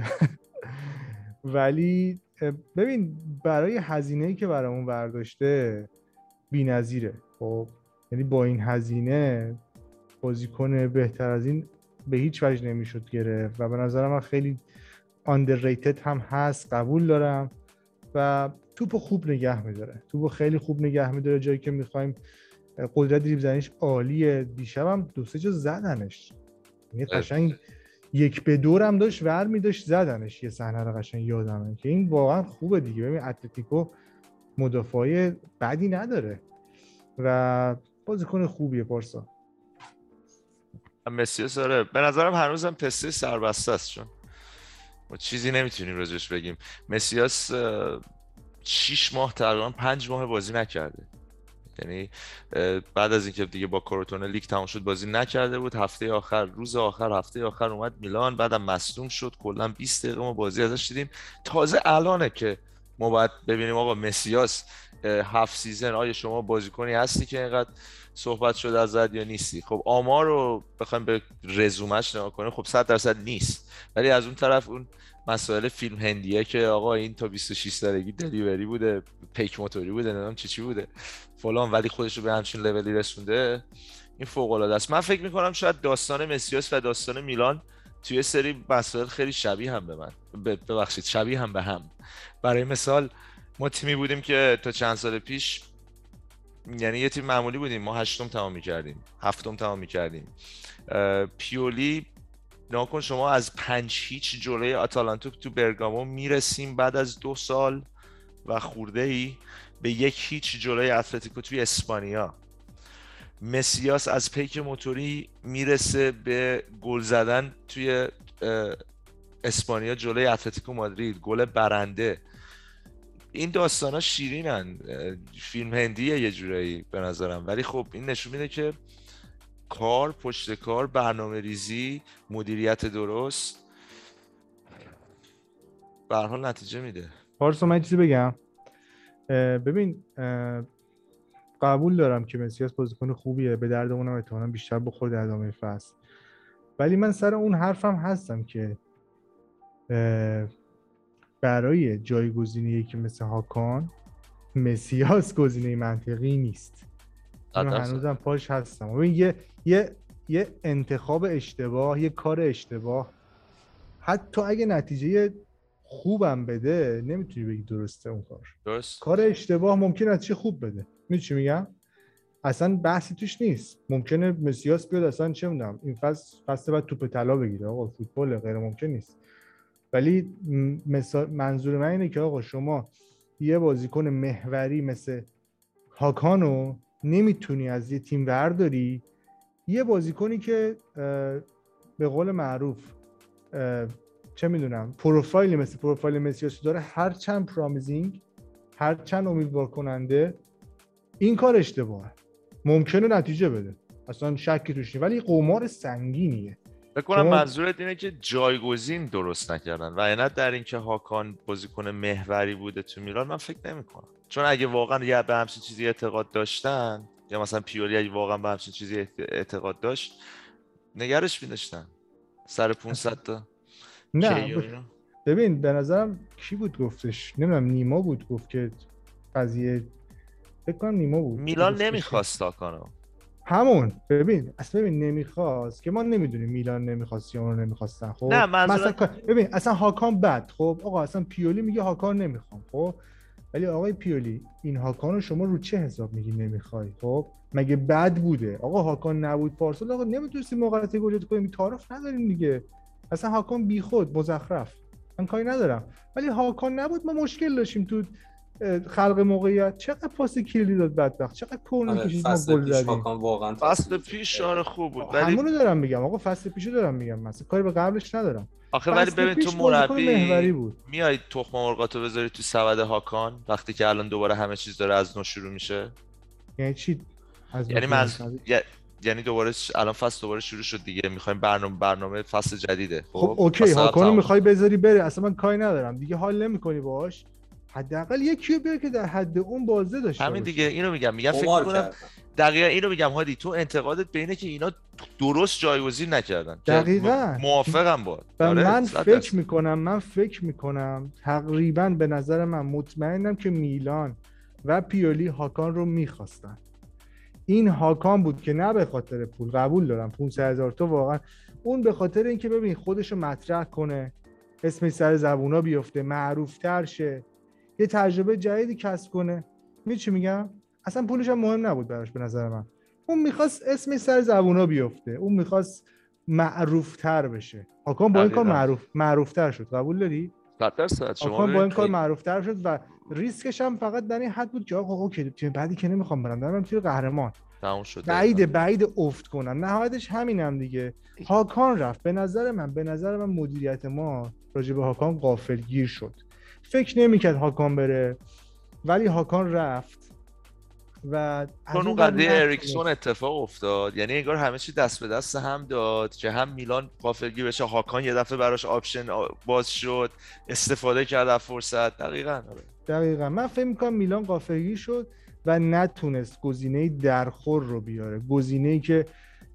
ولی ببین برای هزینه‌ای که برامون برداشته بی‌نظیره. خب یعنی با این هزینه بازیکن بهتر از این به هیچ وجه نمیشد گرفت و به نظر من خیلی underrated هم هست، قبول دارم و توپو خوب نگه میداره، توپو خیلی خوب نگه میداره جایی که میخوایم. قدرت دریبل زنیش عالیه. دیشبم دو سه جا زدنش، یعنی قشنگ 1-2 هم داشت ور می‌داشت زدنش. یه صحنه رو قشنگ یادمه که این واقعا خوبه دیگه. ببین اتلتیکو مدافعای بدی نداره و بازیکن خوبیه. پارسا مسیاس داره به نظرم هنوزم پسته سربسته است، چون ما چیزی نمیتونیم راجعش بگیم. مسیاس 6 ماه تقریبا 5 ماه بازی نکرده، یعنی بعد از اینکه دیگه با کروتونه لیگ تموم شد بازی نکرده بود. روز آخر هفته آخر اومد میلان، بعدم مصدوم شد. کلا 20 دقیقه ما بازی ازش دیدیم. تازه الانه که ما باید ببینیم آقا مسیاس 7 سیزن آیا شما بازیکنی هستی که اینقدر صحبت شده ازت یا نیستی. خب آمار رو بخوایم به رزومش نگاه کنیم خب 100% نیست، ولی از اون طرف اون مسائل فیلم هندیه که آقا این تا 26 سالگی دلیوری بوده، پیک موتوری بوده، نمیدونم چی بوده فلان، ولی خودش رو به همچین لولی رسونده، این فوق العاده است. من فکر میکنم شاید داستان مسیاس و داستان میلان توی سری مسائل خیلی شبیه هم شبیه هم به هم. برای مثال ما تیمی بودیم که تا چند سال پیش یعنی یه تیم معمولی بودیم، ما 8م تمام می‌کردیم، 7م تمام می‌کردیم. پیولی ناکن شما از 5-0 جلوی آتالانتا تو برگامو میرسیم بعد از 2 سال و خورده‌ای به 1-0 جلوی اتلتیکو توی اسپانیا. مسیاس از پیک موتوری میرسه به گل زدن توی اسپانیا جلوی اتلتیکو مادرید، گل برنده. این داستانا شیرینن، فیلم هندیه یه جورایی به نظرم، ولی خب این نشون میده که کار پشت کار، برنامه ریزی، مدیریت درست به هر حال نتیجه میده. پارسا من چیزی بگم. ببین قبول دارم که مسیاس بازیکن خوبیه، به دردمون هم احتمالاً بیشتر بخوره در ادامه فصل، ولی من سر اون حرفم هستم که برای جایگزینی که مثل هاکان مسیاس گزینه منطقی نیست. من هنوزم پاش هستم. ببین یه انتخاب اشتباه، یه کار اشتباه، حتی اگه نتیجه خوبم بده نمیتونی بگی درسته اون کار. درست. کار اشتباه ممکنه نتیجه خوب بده. میدونی چی میگم؟ اصلا بحثی توش نیست. ممکنه مسیاس بیاد اصلا چه میدونم این فصل بعد توپ طلا بگیره، آقا فوتبال غیر ممکن نیست. ولی منظور من اینه که آقا شما یه بازیکن محوری مثل هاکانو نمیتونی از یه تیم برداری، یه بازیکنی که به قول معروف چه میدونم پروفایلی مثل پروفایل مسیاس داره، هرچند پرامیزینگ، هرچند امیدوار کننده، این کار اشتباهه، ممکنه نتیجه بده، اصلا شکی توش نیست، ولی قمار سنگینیه. بکنم منظورت اینه که جایگزین درست نکردن و اینت در این که هاکان بازیکن محوری بوده تو میلان من فکر نمی‌کنم، چون اگه واقعا یه به همچین چیزی اعتقاد داشتن یا مثلا پیولی اگه واقعا به همچین چیزی اعتقاد داشت نگرش می‌داشتن سر 500 تا. نه ببین به نظرم کی بود گفتش، نمیدونم نیما بود گفت که قضیه، فکر کنم نیما بود، میلان نمیخواست هاکانو. همون ببین اصلا نمیخواست که ما نمیدونیم میلان نمیخواست یا اون نمیخواستن. خب نه منظورم ببین اصلا هاکان بد، خب آقا اصلا پیولی میگه هاکان نمیخوام، خب ولی آقای پیولی این هاکانو شما رو چه حساب میگی نمیخوای؟ خب مگه بد بوده؟ آقا هاکان نبود پارسال آقا نمیتونستی مقایسه گوجت کنیم، تعارف نداریم دیگه، اصلا هاکان بیخود مزخرف، من کاری ندارم، ولی هاکان نبود ما مشکل داشتیم تو خلق موقعیت. چقدر پاس کلیدی داد بدبخت، چقدر کورنر کشید ما گل زدیم. هاکان واقعا فصل پیش خوب بود، ولی همونو دارم میگم آقا، فصل پیشو دارم میگم، مثلا کاری به قبلش ندارم. آخه ولی ببین تو مربی میای تخم مرغاتو بذاری تو سبد هاکان وقتی که الان دوباره همه چیز داره از نو شروع میشه. یعنی چی از یعنی دوباره الان فصل دوباره شروع شد دیگه، میخوایم برنامه فصل جدیده. خب اوکی هاکانو میخوای بذاری بره، اصلا من کاری ندارم دیگه، حال نمیکنی باهاش، حداقل یکی بیار که در حد اون بازه داشته باشه. همین دیگه، اینو میگم فکر کنم دقیقاً اینو میگم هادی، تو انتقادت به اینه که اینا درست جایگزین نکردن. دقیقاً موافقم باهات. من فکر میکنم تقریبا به نظر من مطمئنم که میلان و پیولی هاکان رو میخواستن. این هاکان بود که نه به خاطر پول، قبول دارم 500,000 تا واقعا، اون به خاطر اینکه ببین خودشو مطرح کنه، اسمش سر زبونا بیفته، معروف‌تر شه، یه تجربه جدیدی کسب کنه. می‌دونی چی میگم؟ اصلا پولش هم مهم نبود براش به نظر من. اون می‌خواست اسمش سر زبونا بیفته، اون می‌خواست معروف‌تر بشه. هاکان با این کار معروف‌تر شد، قبول داری؟ 100% شما هاکان با این کار معروف‌تر شد و ریسکش هم فقط در این حد بود که آقا اوکی تیم بعدی که نمی‌خوام برم تیم قهرمان. تموم شد. بعید افت کنم. نهایتش همینم دیگه. هاکان رفت. به نظر من مدیریت ما راجع به هاکان غافلگیر شد. فکر نمی‌کرد هاکان بره، ولی هاکان رفت و اون قضیه اریکسون اتفاق افتاد، یعنی انگار همه چی دست به دست هم داد که هم میلان غافلگیر بشه، هاکان یه دفعه براش آپشن باز شد، استفاده کرد از فرصت. دقیقاً من فکر می‌کنم میلان غافلگیر شد و نتونست گزینه درخور رو بیاره، گزینه‌ای که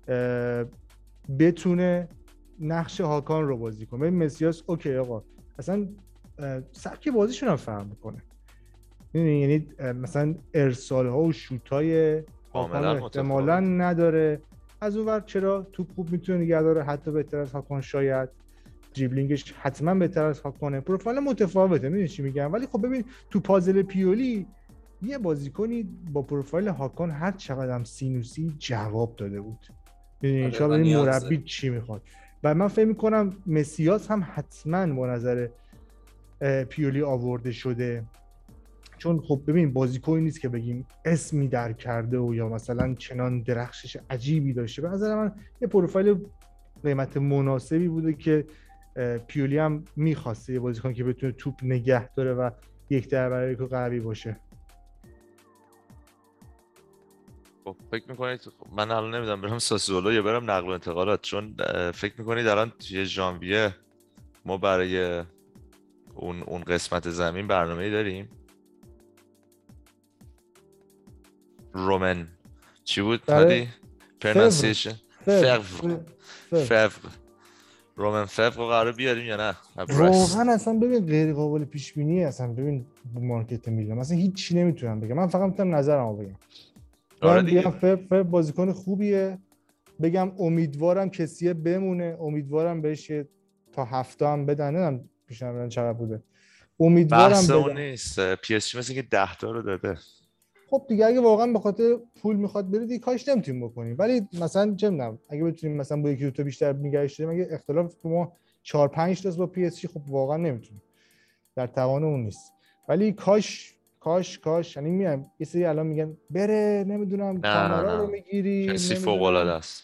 بتونه نقش هاکان رو بازی کنه. ببین مسیاس اوکی آقا، اصلا سبک بازیشون هم فرق میکنه، یعنی مثلا ارسال‌ها و شوت‌های هاکان احتمالاً نداره، از اون ور چرا توپ خوب میتونه نگه داره، حتی بهتر از هاکان، شاید دریبلینگش حتما بهتر از هاکانه، پروفایل متفاوته، میدونی چی میگم. ولی خب ببین تو پازل پیولی یه بازیکنی با پروفایل هاکان هر چقدر هم سینوسی جواب داده بود. ببین شما این مربی چی میخواد. و من فکر میکنم مسیاس هم حتما با نظر پیولی آورده شده، چون خب ببین بازیکنی نیست که بگیم اسمی در کرده و یا مثلا چنان درخشش عجیبی داشته. به نظر من یه پروفایل قیمت مناسبی بوده که پیولی هم میخواسته، یه بازیکن که بتونه توپ نگه داره و یک درباره که قوی باشه. خب فکر میکنید من الان نمیدونم برم ساسولو یا برم نقل و انتقالات، چون فکر میکنید الان توی ژانویه ما برای اون قسمت زمین برنامه‌ای داریم؟ رومن چی بود هادی؟ پرنانسیشن فور رومن فور رو قرار بیاریم یا نه؟ واقعا اصلا ببین غیر قابل پیش بینی اصلا. ببین مارکت میلان مثلا هیچ چی نمیتونم بگم، من فقط میتونم نظرمو بگم. من بگم فور بازیکن خوبیه، بگم امیدوارم کسیه بمونه، امیدوارم بهش تا هفته هم بدن، نمیدونم پیشنهاد چقدر بوده، امیدوارم بدن. اون نیست پی اس جی مثل که 10 تا رو داده. خب دیگه اگه واقعا به خاطر پول میخواد بره دیگه کاش نمیتونیم بکنیم، ولی مثلا چه میدونم اگه بتونیم مثلا با یکی دو تا بیشتر نگهش داریم، اگه اختلاف ما 4 5 تا با پی اس جی خب واقعا نمیتونیم، در توان اون نیست. ولی کاش یعنی میام یه سری الان میگن بره نمیدونم کامارا رو میگیری، کسی فوق العاده است.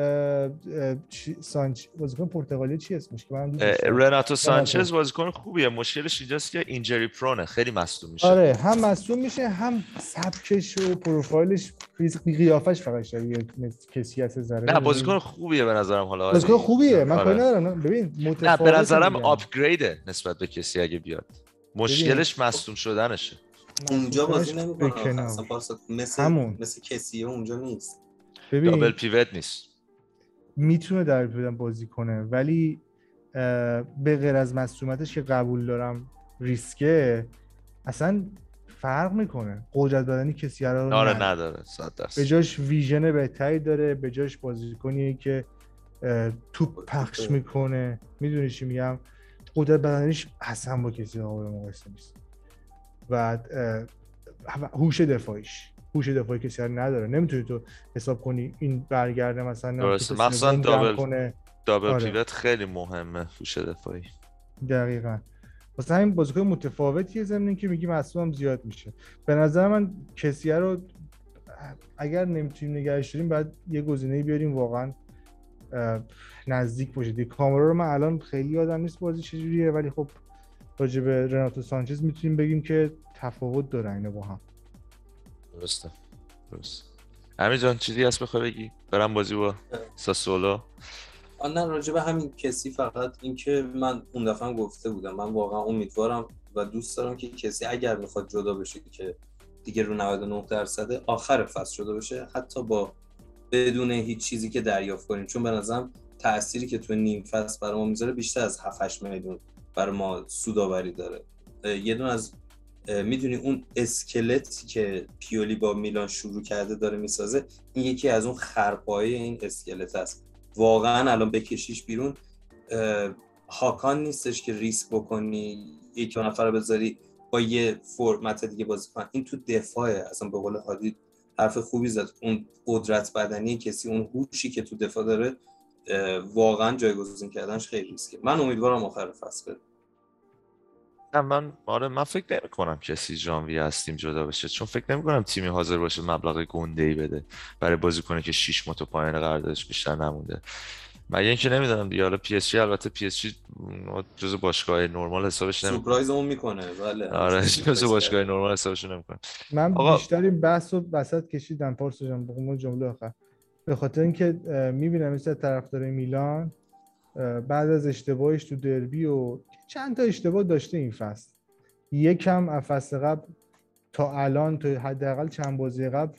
بازیکن پرتغالی چی اسمش که من رناتو سانچز بازیکن خوبیه، مشکلش اینجاست که اینجری پرونه، خیلی مصدوم میشه. آره هم مصدوم میشه هم سبکش و پروفایلش قیافش فقط شبیه کسی هست زره. نه بازیکن خوبیه به نظرم. حالا بازیکن خوبیه من کاری ندارم، ببین متفاوته. نه به نظرم آپگریده نسبت به کسی اگه بیاد، مشکلش مصدوم شدنشه. اونجا بازی نمیکنه اصلا پارسا، مثل کسی اونجا نیست، دابل پیوت نیست. میتونه در پیوت بازی کنه ولی به غیر از مصدومیتش که قبول دارم ریسکه، اصلا فرق میکنه. قدرت بدنی کسی رو نداره 100%. به جاش ویژن بهتری داره، به جاش بازیکنیه که توپ پخش میکنه، میدونی چی میگم، قدرت بدنیش اصلا با کسی قابل مقایسه نیست. و هوش دفاعی کسی نداره، نمیتونی تو حساب کنی این برگرده مثلا مثلا دابل پیوت خیلی مهمه هوش دفاعی. دقیقاً واسه همین بازیکن متفاوتیه، ضمن که میگیم مصدوم زیاد میشه. به نظر من کسی رو اگر نمیتونیم نگهش داریم بعد یه گزینه‌ای بیاریم واقعا نزدیک باشه. دیگه کامارا رو من الان خیلی یادم نیست بازی چجوریه، ولی خب راجع به رناتو سانچز میتونیم بگیم که تفاوت داره اینا با هم. درست. امیر جان چیزی هست بخوای بگی؟ برام بازی با ساسولو. نه راجع به همین کسی فقط این که من اون دفعه هم گفته بودم من واقعا امیدوارم و دوست دارم که کسی اگر میخواد جدا بشه که دیگه رو 99% آخر فصل جدا بشه، حتی با بدون هیچ چیزی که دریافت کنیم، چون به نظرم تأثیری که تو نیم فصل برای ما میذاره بیشتر از 7-8 میلیون برای ما سودآوری داره. یه دونه از میدونی اون اسکلتی که پیولی با میلان شروع کرده داره میسازه، این یکی از اون خرپای این اسکلت است. واقعا الان بکشیش بیرون هاکان نیستش که ریسک بکنی یک نفر بذاری با یه فرمت دیگه بازی کنن. این تو دفاعه، اصلا به قول هادی حرف خوبی زد، اون قدرت بدنی کسی، اون هوشی که تو دفاع داره واقعا جایگزین کردنش خیلی ریسکه. من امیدوارم آخر فصل بره. من فکر نمی کنم کسی ژانویه هستیم جدا بشه، چون فکر نمی کنم تیمی حاضر باشه مبلغ گنده‌ای بده برای بازیکنی که 6 ماه تا پایان قراردادش بیشتر نمونده. مگه اینکه نمیدونم دیگه، حالا پی اس جی البته پی اس جی جزء باشگاه نرمال حسابش نمیکنه، سورپرایز اون میکنه. بله آره جزء باشگاه نرمال حسابش نمیکنه. من بیشتر این بحثو وسط کشیدم پارسا جان به اون جمله آخر، به خاطر اینکه میبینم مثلا طرفدار میلان بعد از اشتباهش تو دربی و چند تا اشتباه داشته این فصل، یکم از فصل قبل تا الان تا حداقل چند بازی قبل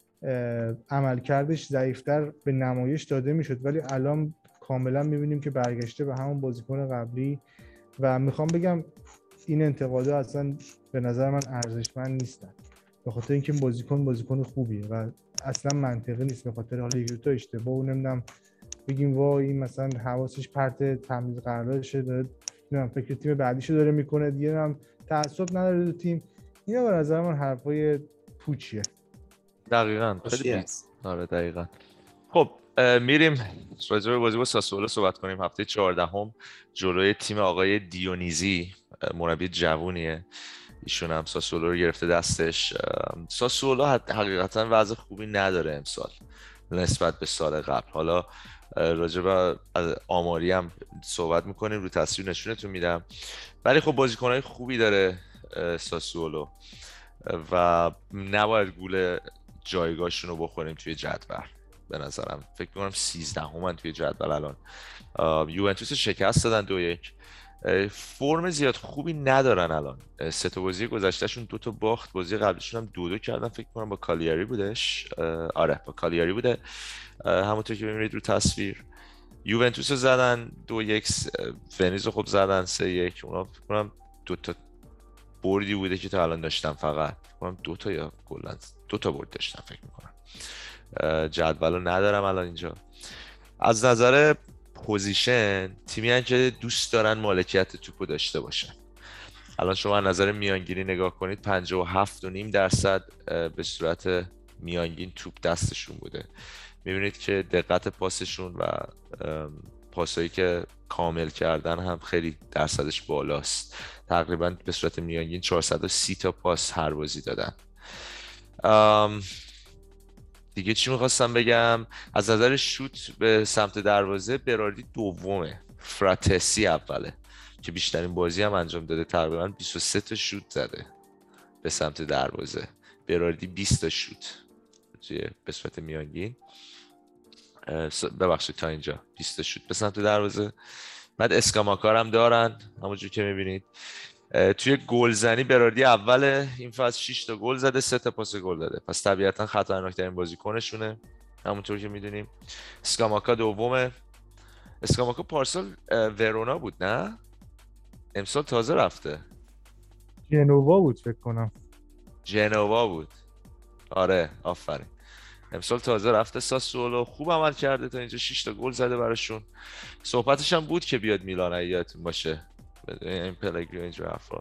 عملکردش ضعیفتر به نمایش داده میشد، ولی الان کاملا میبینیم که برگشته به همون بازیکن قبلی. و میخوام بگم این انتقادها اصلا به نظر من ارزشمند نیستن، به خاطر اینکه بازیکن خوبیه و اصلا منطقی نیست به خاطر حالا یک دو تا اشتباه و نمیدونم بگیم وا این مثلا حواسش پرت تمیز قراردادشه، داره نمیدونم فکر تیم بعدیشو داره میکنه، دیگه هم تعصب نداره دو تیم. اینا به نظر من حرفای پوچیه. دقیقاً آره دقیقاً. خب میریم راجع به بازی با ساسولو صحبت کنیم. هفته 14 جلوی تیم آقای دیونیزی، مربی جوونیه، ایشون هم ساسولو رو گرفته دستش. ساسولو حقیقتا وضع خوبی نداره امسال نسبت به سال قبل. حالا راجع به آماری هم صحبت میکنیم، رو تصویر نشونتون میدم، ولی خب بازیکنهای خوبی داره. ساسولو و نباید گول جایگاهشون رو بخوریم توی جدول. به نظرم فکر می‌کنم 13 توی جدول الان. یوونتوس شکست دادن 2-1. فرم زیاد خوبی ندارن الان. 3 تا بازی گذشتهشون 2 تا باخت، بازی قبلشون هم 2-2 کردن، فکر کنم با کالیاری بودش. آره با کالیاری بوده، همونطور که می‌بینید رو تصویر. یوونتوس رو زدن 2-1، ونیز رو خب زدن 3-1. اونا فکر کنم 2 تا بردی بوده که تا الان داشتن، فقط فکر کنم 2 تا یا کلاً 2 تا برد داشتن فکر می‌کنم. جدول رو ندارم الان اینجا. از نظر پوزیشن تیمی هن که دوست دارن مالکیت توپو داشته باشن. الان شما از نظر میانگینی نگاه کنید 57.5% به صورت میانگین توپ دستشون بوده. میبینید که دقت پاسشون و پاسایی که کامل کردن هم خیلی درصدش بالاست. تقریبا به صورت میانگین 430 تا پاس هر بازی دادن. دیگه چی میخواستم بگم؟ از نظر شوت به سمت دروازه براردی دومه، فراتسی اوله که بیشترین بازی هم انجام داده، تقریبا 23 تا شوت زده به سمت دروازه. براردی 20 تا شوت به صورت میانگین، ببخشید تا اینجا 20 تا شوت به سمت دروازه. بعد اسکاماکار هم دارن همونجور که میبینید. توی گلزنی براردی اوله، این فصل 6 تا گل زده، 3 تا پاس گل داده، پس طبیعتا خطرناکترین بازیکنشونه همونطور که میدونیم. اسکاماکا دومه. اسکاماکا پارسال ورونا بود نه؟ امسال تازه رفته جنوا بود فکر کنم. جنوا بود، آره آفرین. امسال تازه رفته ساسولو، خوب عمل کرده تا اینجا، 6 تا گل زده براشون. صحبتش هم بود که بیاد میلان اگه یادتون باشه، این پلگرینی اینجور افراد.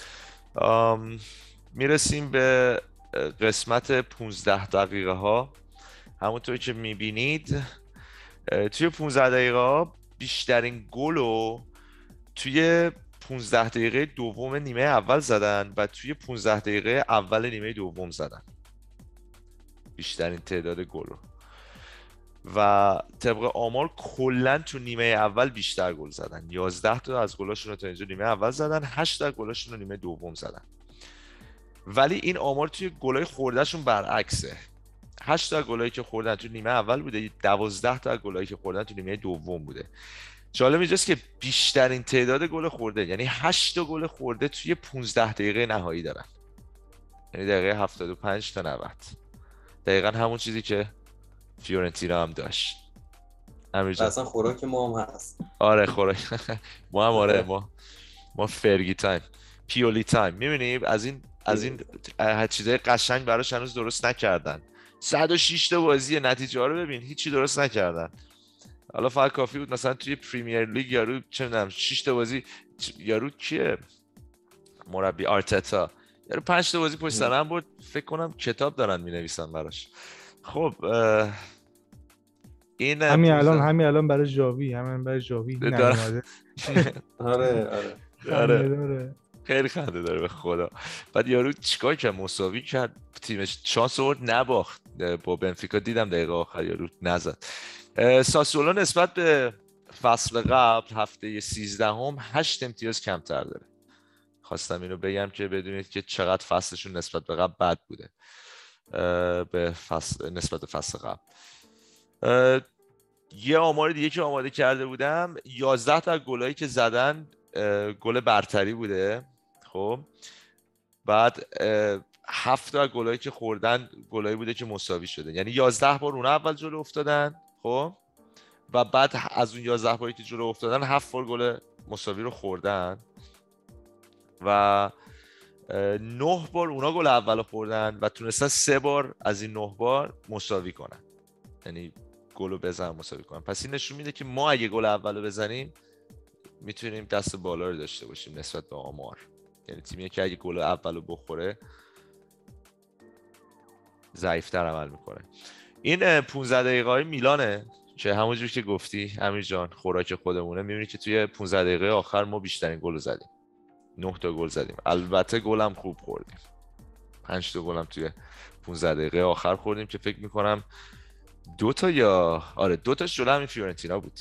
میرسیم به قسمت 15 دقیقه ها. همونطور که میبینید توی 15 دقیقه ها بیشترین گلو توی 15 دقیقه دوم نیمه اول زدن و توی 15 دقیقه اول نیمه دوم زدن بیشترین تعداد گلو. و طبق آمار کلن تو نیمه اول بیشتر گل زدن. 11 تا از گلاشون رو تا اینجا نیمه اول زدن، 8 تا گلاشون رو نیمه دوم زدن. ولی این آمار توی گلای خوردهشون برعکسه. 8 تا گلایی که خوردن تو نیمه اول بوده، 12 تا گلایی که خوردن تو نیمه دوم بوده. جالب اینجاست که بیشترین تعداد گل خورده، یعنی 8 تا گل خورده توی 15 دقیقه نهایی دارن. یعنی دقیقه 75 تا 90. دقیقاً همون چیزی که فیورنتینا هم داشت. اصلا خوراک ما هم هست. آره خوراک ما هم. آره ما فرگی تایم، پیولی تایم. می‌بینیم از این چیزای قشنگ براش هنوز درست نکردن. 106 تا بازی، نتیجه ها رو ببین، هیچی درست نکردن. حالا فقط کافی بود مثلا توی پریمیر لیگ یارو چه می‌دونم 6 تا بازی، یارو کیه مربی آرتتا، یارو 5 تا بازی پشت سر هم برد، فکر کنم کتاب دارن می‌نویسن براش. خب این همین الان برای جاوی اومده. آره خیلی خنده داره به خدا. بعد یارو چیکار کرد؟ مساوی کرد، تیمش شانس آورد نباخت با بنفیکا. دیدم دقیقه آخر یارو نزد. ساسولو نسبت به فصل قبل هفته 13 8 امتیاز کمتر داره. خواستم اینو بگم که بدونید که چقدر فصلشون نسبت به قبل بد بوده. نسبت به فصل قبل. یه آمار دیگه که آماده کرده بودم، 11 تا گلایی که زدن گل برتری بوده. خب بعد 7 تا گلایی که خوردن گلایی بوده که مساوی شده، یعنی 11 بار اون اول جلو افتادن. خب و بعد از اون 11 باری که جلو افتادن 7 بار گل مساوی رو خوردن و 9 بار اونا گل اول خوردن و تونستن 3 بار از این 9 بار مساوی کنن، یعنی گلو بزنن مساوی کنن. پس این نشون میده که ما اگه گل اولو بزنیم میتونیم دست بالا رو داشته باشیم نسبت به آمار. یعنی تیمی که اگه گل اولو بخوره ضعیف‌تر عمل میکنه. این 15 دقیقه‌های میلانه که همونجور که گفتی امیر جان خوراک خودمونه. میبینی که توی 15 دقیقه آخر ما بیشترین گل زدیم، 9 تا گل زدیم. البته گلم خوب خوردیم، 5 تا گلم توی 15 دقیقه آخر خوردیم که فکر میکنم 2 تاش جلو همین فیورنتینا بود.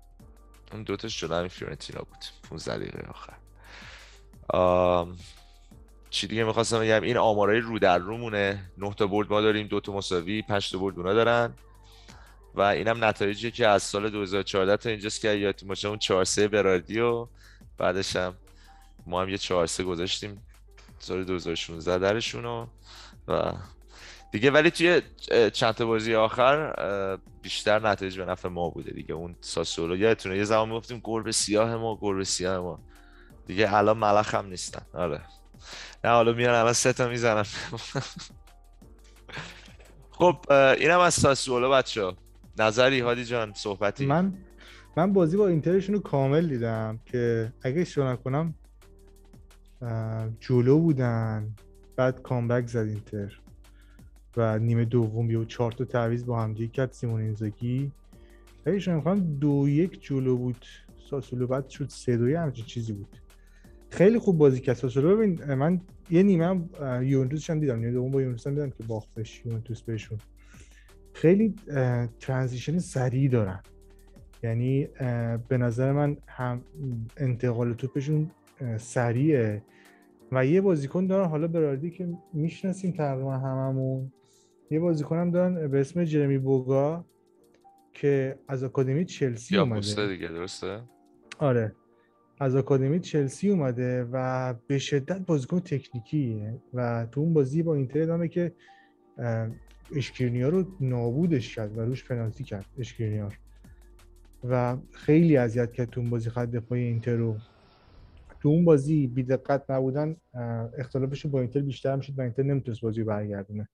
اون 2 تاش جلو همین فیورنتینا بود 15 دقیقه آخر. چی دیگه میخواستم بگم، این آمارای رو در رو مونه. 9 تا برد ما داریم، 2 تا مساوی، 5 تا برد اونا دارن و اینم نتایجی که از سال 2014 تا اینجاست که یادتون باشه اون 4-3 براردی و بعدش هم ما هم یه 4-3 گذاشتیم سال 2016 درشون و دیگه. ولی توی چند تا بازی آخر بیشتر نتایج به نفع ما بوده دیگه. اون ساسولو یادتونه یه زمان میگفتیم گربه سیاه ما دیگه، الان ملخ هم نیستن. آره نه حالا میان الان 3 تا میزنن. خب اینم از ساسولو. بچه‌ها نظری هادی جان، صحبتی؟ من بازی با اینترشون رو کامل دیدم که اگه اشتباه نکنم جلو بودن، بعد کامبک زد اینتر و نیمه دوم یه 4 تا تعویض با هم دیگه کرد سیمون اینزاگی. اگه اشتباه نکنم 2-1 جلو بود ساسولو، بعد شد 3-2 همچین چیزی بود. خیلی خوب بازی کرد ساسولو. ببین من یه نیمه هم یوونتوسش هم دیدم، نیمه دوم با یوونتوس هم دیدم که باختش یوونتوس بهشون. خیلی ترانزیشن سریع دارن، یعنی به نظر من هم انتقال توپشون سریعه و یه بازیکن دارن حالا براردی که میشناسیم تقریبا هممون، یه بازیکن هم دارن به اسم جرمی بوگا که از آکادمی چلسی اومده دیگه، درسته؟ آره از آکادمی چلسی اومده و به شدت بازیکن تکنیکیه و تو اون بازی با اینتر دامه که اشکرینیار رو نابودش کرد و روش پنالتی کرد اشکرینیار و خیلی اذیت کرد تو اون بازی خط دفاعی اینتر رو. تو اون بازی بی‌دقت نبودن اختلافش با اینتر بیشتر میشد و اینتر نمیتونست بازی برگردونه.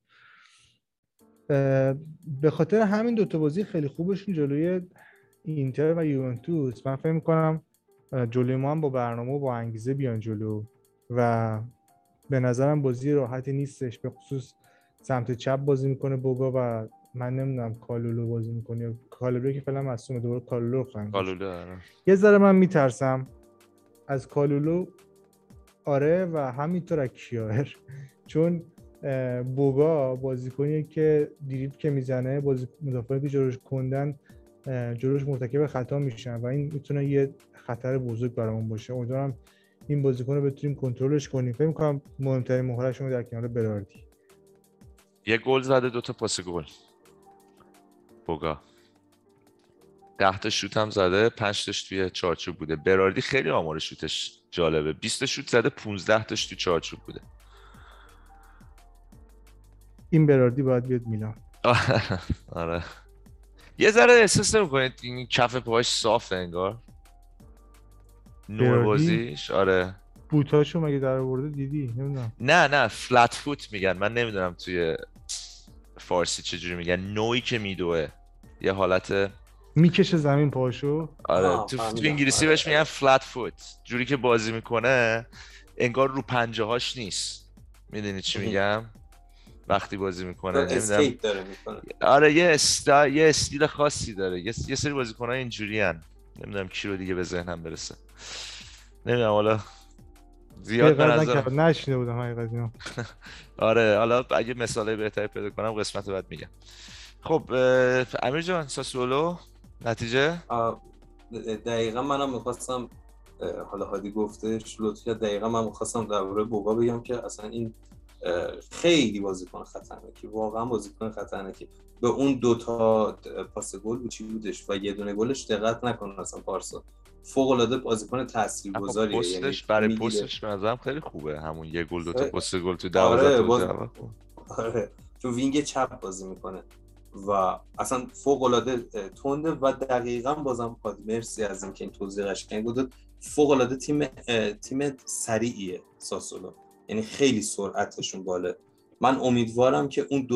به خاطر همین دوتا بازی خیلی خوبشون جلوی اینتر و یوونتوس، من فکر می‌کنم جلوی ما هم با برنامه و با انگیزه بیان جلو و به نظرم بازی راحتی نیستش، به خصوص سمت چپ بازی میکنه بوگا و من نمیدونم کالولو بازی میکنه، کالولو که فعلا مصدومه، دوباره کالولو خواهیم. یه ذره من میترسم از کالولو، آره، و همینطور از کیایر، چون بوگا بازیکنیه که دریبل که میزنه مدافعی که جلوش کندن جلوش مرتکب خطا میشن و این میتونه یه خطر بزرگ برامون باشه. امیدوارم این بازیکن رو بتونیم کنترلش کنیم. فکر می‌کنم مهمترین مهره‌شون در کنار براردی. یه گل زده، 2 تا پاس گل بوگا، 10 تا شوت هم زده، 5 تاش توی چارچوب بوده. براردی خیلی آمار شوتش جالبه، 20 تا شوت زده، 15 تاش توی چارچوب بوده. این براردی باید بیاد میلان. آره یه ذره احساس نمی‌کنید این کف پاهاش صافه انگار نوع بازیش؟ آره بوتاشو مگه در آورده دیدی؟ نمیدونم. نه فلت فوت میگن، من نمیدونم توی فارسی چجوری میگن، نوعی که میدوه، یه حالت میکشه زمین پاهاشو. آره تو انگلیسی بهش میگن فلت فوت، جوری که بازی میکنه انگار رو پنجه هاش نیست. میدونی چی میگم؟ وقتی بازی میکنه اسکیپ داره میکنه. آره یه استیل خاصی داره. یه سری بازیکن‌ها اینجوریان، نمیدونم کی رو دیگه به ذهنم برسه، نمیدونم حالا زیاد به نظر نشینده بودم حقیقتا. آره حالا اگه مثالای بهتری پیدا کنم قسمت بعد میگم. خب امیر جان ساسولو نتیجه؟ دقیقا منم میخواستم، حالا هادی گفتش لطفا، دقیقا من میخواستم درباره بوگا بگم که اصلا این خیلی بازیکن خطرناکی، واقعا بازیکن خطرناکی. به اون 2 تا پاس گل بود چی بودش و یه دونه گلش دقت نکنن اصلا پارسا، فوق العاده بازیکن تاثیرگذاریه. یعنی برای پستش به نظرم خیلی خوبه، همون یه گل 2 تا پاس گل تو 12 آره تو وینگ چپ بازی میکنه و اصلا فوق العاده تنده و دقیقاً بازم مرسی از اینکه این توضیح قشنگ بود. فوق العاده تیم سریعیه ساسولو، یعنی خیلی سرعتشون باله. من امیدوارم که اون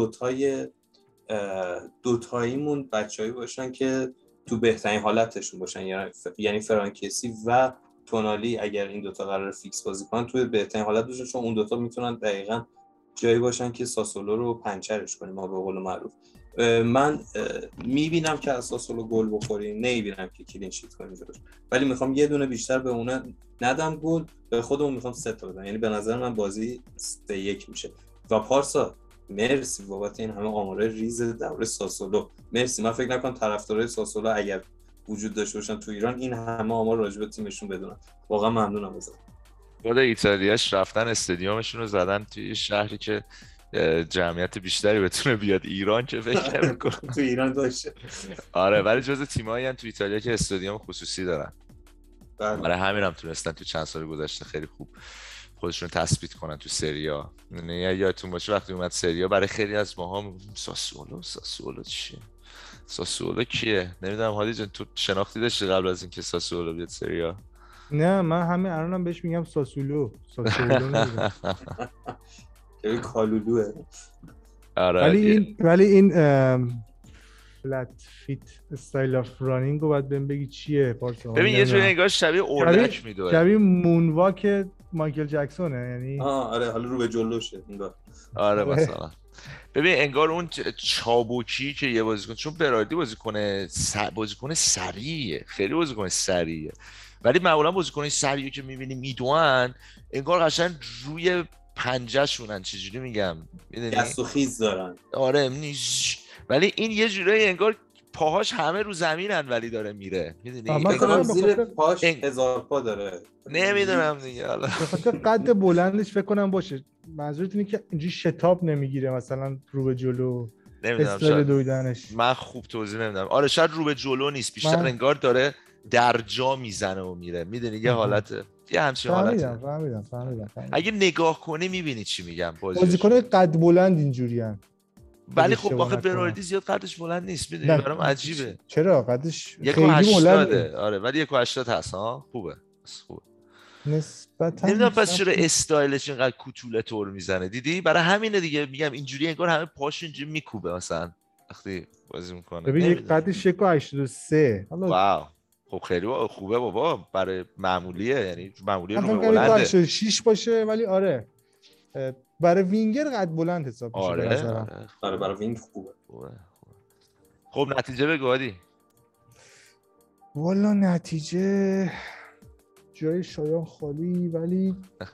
دوتاییمون بچه‌ای باشن که تو بهترین حالتشون باشن، یعنی فرانکسی و تونالی اگر این دوتا قرار فیکس بازی کنن توی بهترین حالت باشن، چون اون دوتا میتونن دقیقاً جایی باشن که ساسولو رو پنچرش کنیم ما به قول معروف. من میبینم که از ساسولو گل بخوریم، نمیبینم که کلین شیت کنیم جلوش، ولی میخوام یه دونه بیشتر به اونا ندم گل، به خودمون میخوام 3 تا بدم. یعنی به نظر من بازی 3-1 میشه. و پارسا مرسی بابت این همه آمارای ریز دوره ساسولو، مرسی. من فکر نکنم طرفدارای ساسولو اگر وجود داشته باشن تو ایران این همه آمار راجع به تیمشون بدونن. واقعا ممنونم ازت. خود ایتالیاش رفتن استادیومشون رو زدن توی شهری که جمعیت بیشتری بتونه بیاد. ایران که فکر نمی‌کنم تو ایران داشته. آره، ولی جز تیمایی هم تو ایتالیا که استادیوم خصوصی دارن. بله. برای همین هم تونستن تو چند سال گذشته خیلی خوب خودشون تثبیت کنن تو سریا. یعنی یادتون باشه وقتی اومد سریا برای خیلی از ماها ساسولو چیه؟ ساسولو کیه؟ نمیدونم هادی جان تو شناختی داشتی قبل از اینکه ساسولو بیاد سریا؟ نه من همین الانم بهش میگم ساسولو نمیدونم. خیلی کالولوه. آره ولی این فلت فیت استایل اف رانینگ رو باید بهم بگی چیه پارسا؟ ببین یه جوری انگار شبیه اردک میدوه، شبیه مونواک مایکل جکسونه یعنی. آره حالا رو به جلوشه انگار. آره مثلا ببین انگار اون چابوکی که یه بازیکن، چون براردی بازیکن سریعه، خیلی بازیکن سریعه، ولی معمولا بازیکن سریعی که می‌بینی میدوئن انگار قشنگ روی پنجه شونن، چجوری میگم میدونی؟ دست و خیز دارن. آره ولی این یه جورایی انگار پاهاش همه رو زمینن ولی داره میره، میدونی؟ انگار زیر پاش 1000 پا داره. نمیدونم دیگه، حالا به خاطر قد بلندش فکر کنم باشه. منظورت اینه که اینجوری شتاب نمیگیره مثلا رو به جلو، استایل دویدنش. من خوب توضیح نمیدم. آره شاید رو به جلو نیست، بیشتر انگار داره در جا میزنه و میره، میدونی؟ یه حالته، یه همچین حالته. فهمیدم. اگه نگاه کنی میبینی چی میگم. بازیکن قد بلند اینجوریان، ولی خب آخه براردی زیاد قدش بلند نیست، میدونی؟ برام عجیبه. چرا قدش خیلی بلنده؟ آره ولی 1.80 هست ها، خوبه. نسبتا. نمیدونم پس چرا استایلش اینقدر کوتوله طور میزنه، دیدی؟ برای همینه دیگه میگم اینجوری انگار همه پاش اینجوری میکوبه مثلا وقتی بازی میکنه. ببین قدش 1.83. واو خب خیلی خوبه بابا، برای معمولیه، یعنی معمولی رو بلنده 1.86 باشه، ولی آره برای وینگر قد بلند حساب میشه. آره برای وینگ خوبه. خب نتیجه بگو هادی. والا نتیجه جای شایان خالی، ولی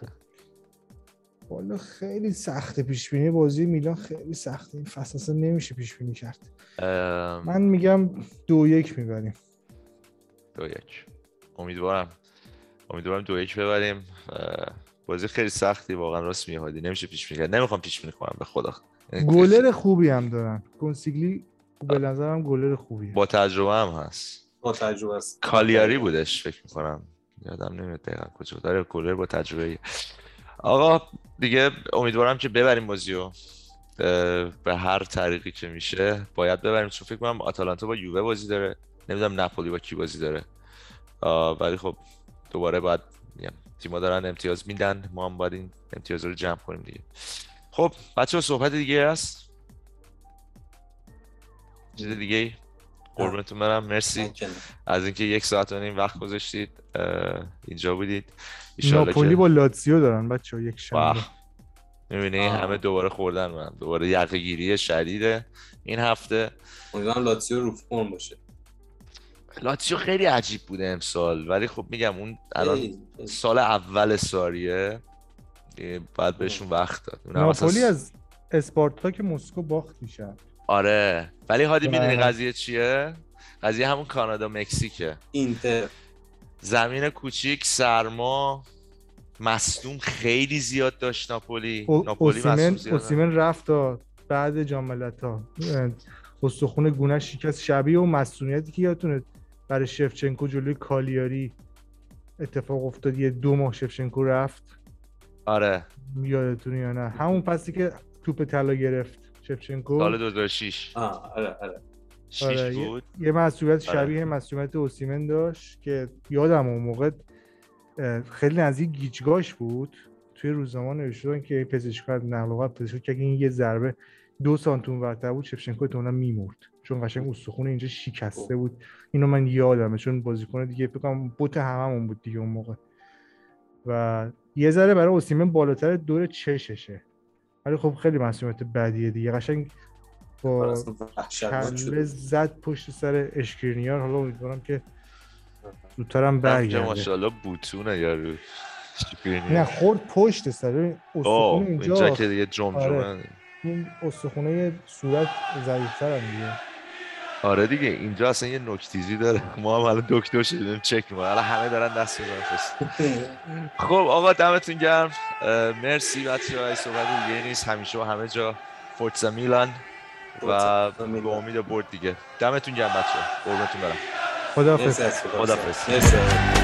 والا خیلی سخته پیش بینی بازی میلان، خیلی سخته این فصل، اصلا نمیشه پیش بینی کرد. من میگم 2-1 میبریم. 2-1 امیدوارم 2-1 ببریم. بازی خیلی سختی واقعا، راست میگه هادی، نمیشه پیش بینی کرد. نمیخوام پیش بینی کنم به خدا. گلر خوبی هم دارن، کنسیگلی به نظرم گلر خوبیه، با تجربه هم هست. کالیاری بودش فکر میکنم، یادم نمیاد دقیقاً کجا داره. گلر با تجربه. آقا دیگه امیدوارم که ببریم بازیو به هر طریقی که میشه باید ببریم، چون فکر کنم آتالانتا با یووه بازی داره، نمیدونم ناپولی با کی بازی داره، ولی خب دوباره باید تیم‌ها دارن امتیاز میدن، ما هم باید این امتیاز رو جمع کنیم دیگه. خب بچه‌ها صحبت دیگه هست؟ چیز دیگه؟ قربونتون برم، مرسی از اینکه 1 ساعت و نیم وقت گذاشتید اینجا بودید. ناپولی با لاتزیو دارن بچه‌ها یک شنبه. می‌بینی همه دوباره خوردن، من دوباره یقه‌گیری شدیده این هفته. امیدوارم لاتزیو رو فرم باشه. لاتزیو خیلی عجیب بوده امسال، ولی خب میگم اون الان سال اول ساریه بعد بهشون وقت داد. ناپولی از اسپارتاک مسکو باخت میشه. آره ولی هادی میدونی قضیه چیه؟ قضیه همون کانادا مکزیکه. اینتر زمین کوچیک، سرما، مصدوم خیلی زیاد داشت ناپولی. اوسیمن رفت بعد جام ملت‌ها، استخون گونه شکست، شبیه و مصدومیتی که یادتونه برای شفچنکو جلوی کالیاری اتفاق افتاد، یه 2 ماه شفچنکو رفت. آره یادتونه یا نه؟ همون پسی که توپ طلا گرفت شفچنکو سال 2006. آره 6 بود. یه مسئولیت شبیه مسئولیت اوسیمن داشت که یادم اون موقع خیلی نزدیک گیجگاش بود. توی روزنامه نوشتن که پزشکا نقل قول پزشک که این یه ضربه 2 سانتی متر بود شفچنکو احتمالاً میمرد، چون قشنگ استخون اینجا شکسته بود. اینو من یادمه، چون بازیکن دیگه فکر کنم بوت هممون بود دیگه اون موقع. و یه ذره برای اوسیمن بالاتر دور چششه، ولی خب خیلی مسئولیت بدیه دیگه. قشنگ با کله زد پشت سر اشکرینیار. حالا امیدوارم که زودترم برگرده. ماشاءالله بوتونه یارو. نه خورد پشت سر استخونه اینجا که دیگه جمجمه. این استخونه صورت ضعیف‌تر هم دیگه. آره دیگه اینجا اصلا یه نکتیزی داره. ما هم الان دکتر شدیم چک می‌کنیم، الان همه دارن دست می‌زنن. خب آقا دمتون گرم، مرسی بچه‌ها. صحبت دیگه نیست، همیشه و همه جا فورتزا میلان و به امید برد دیگه. دمتون گرم بچه‌ها، قربونتون برم. خداحافظ. خداحافظ.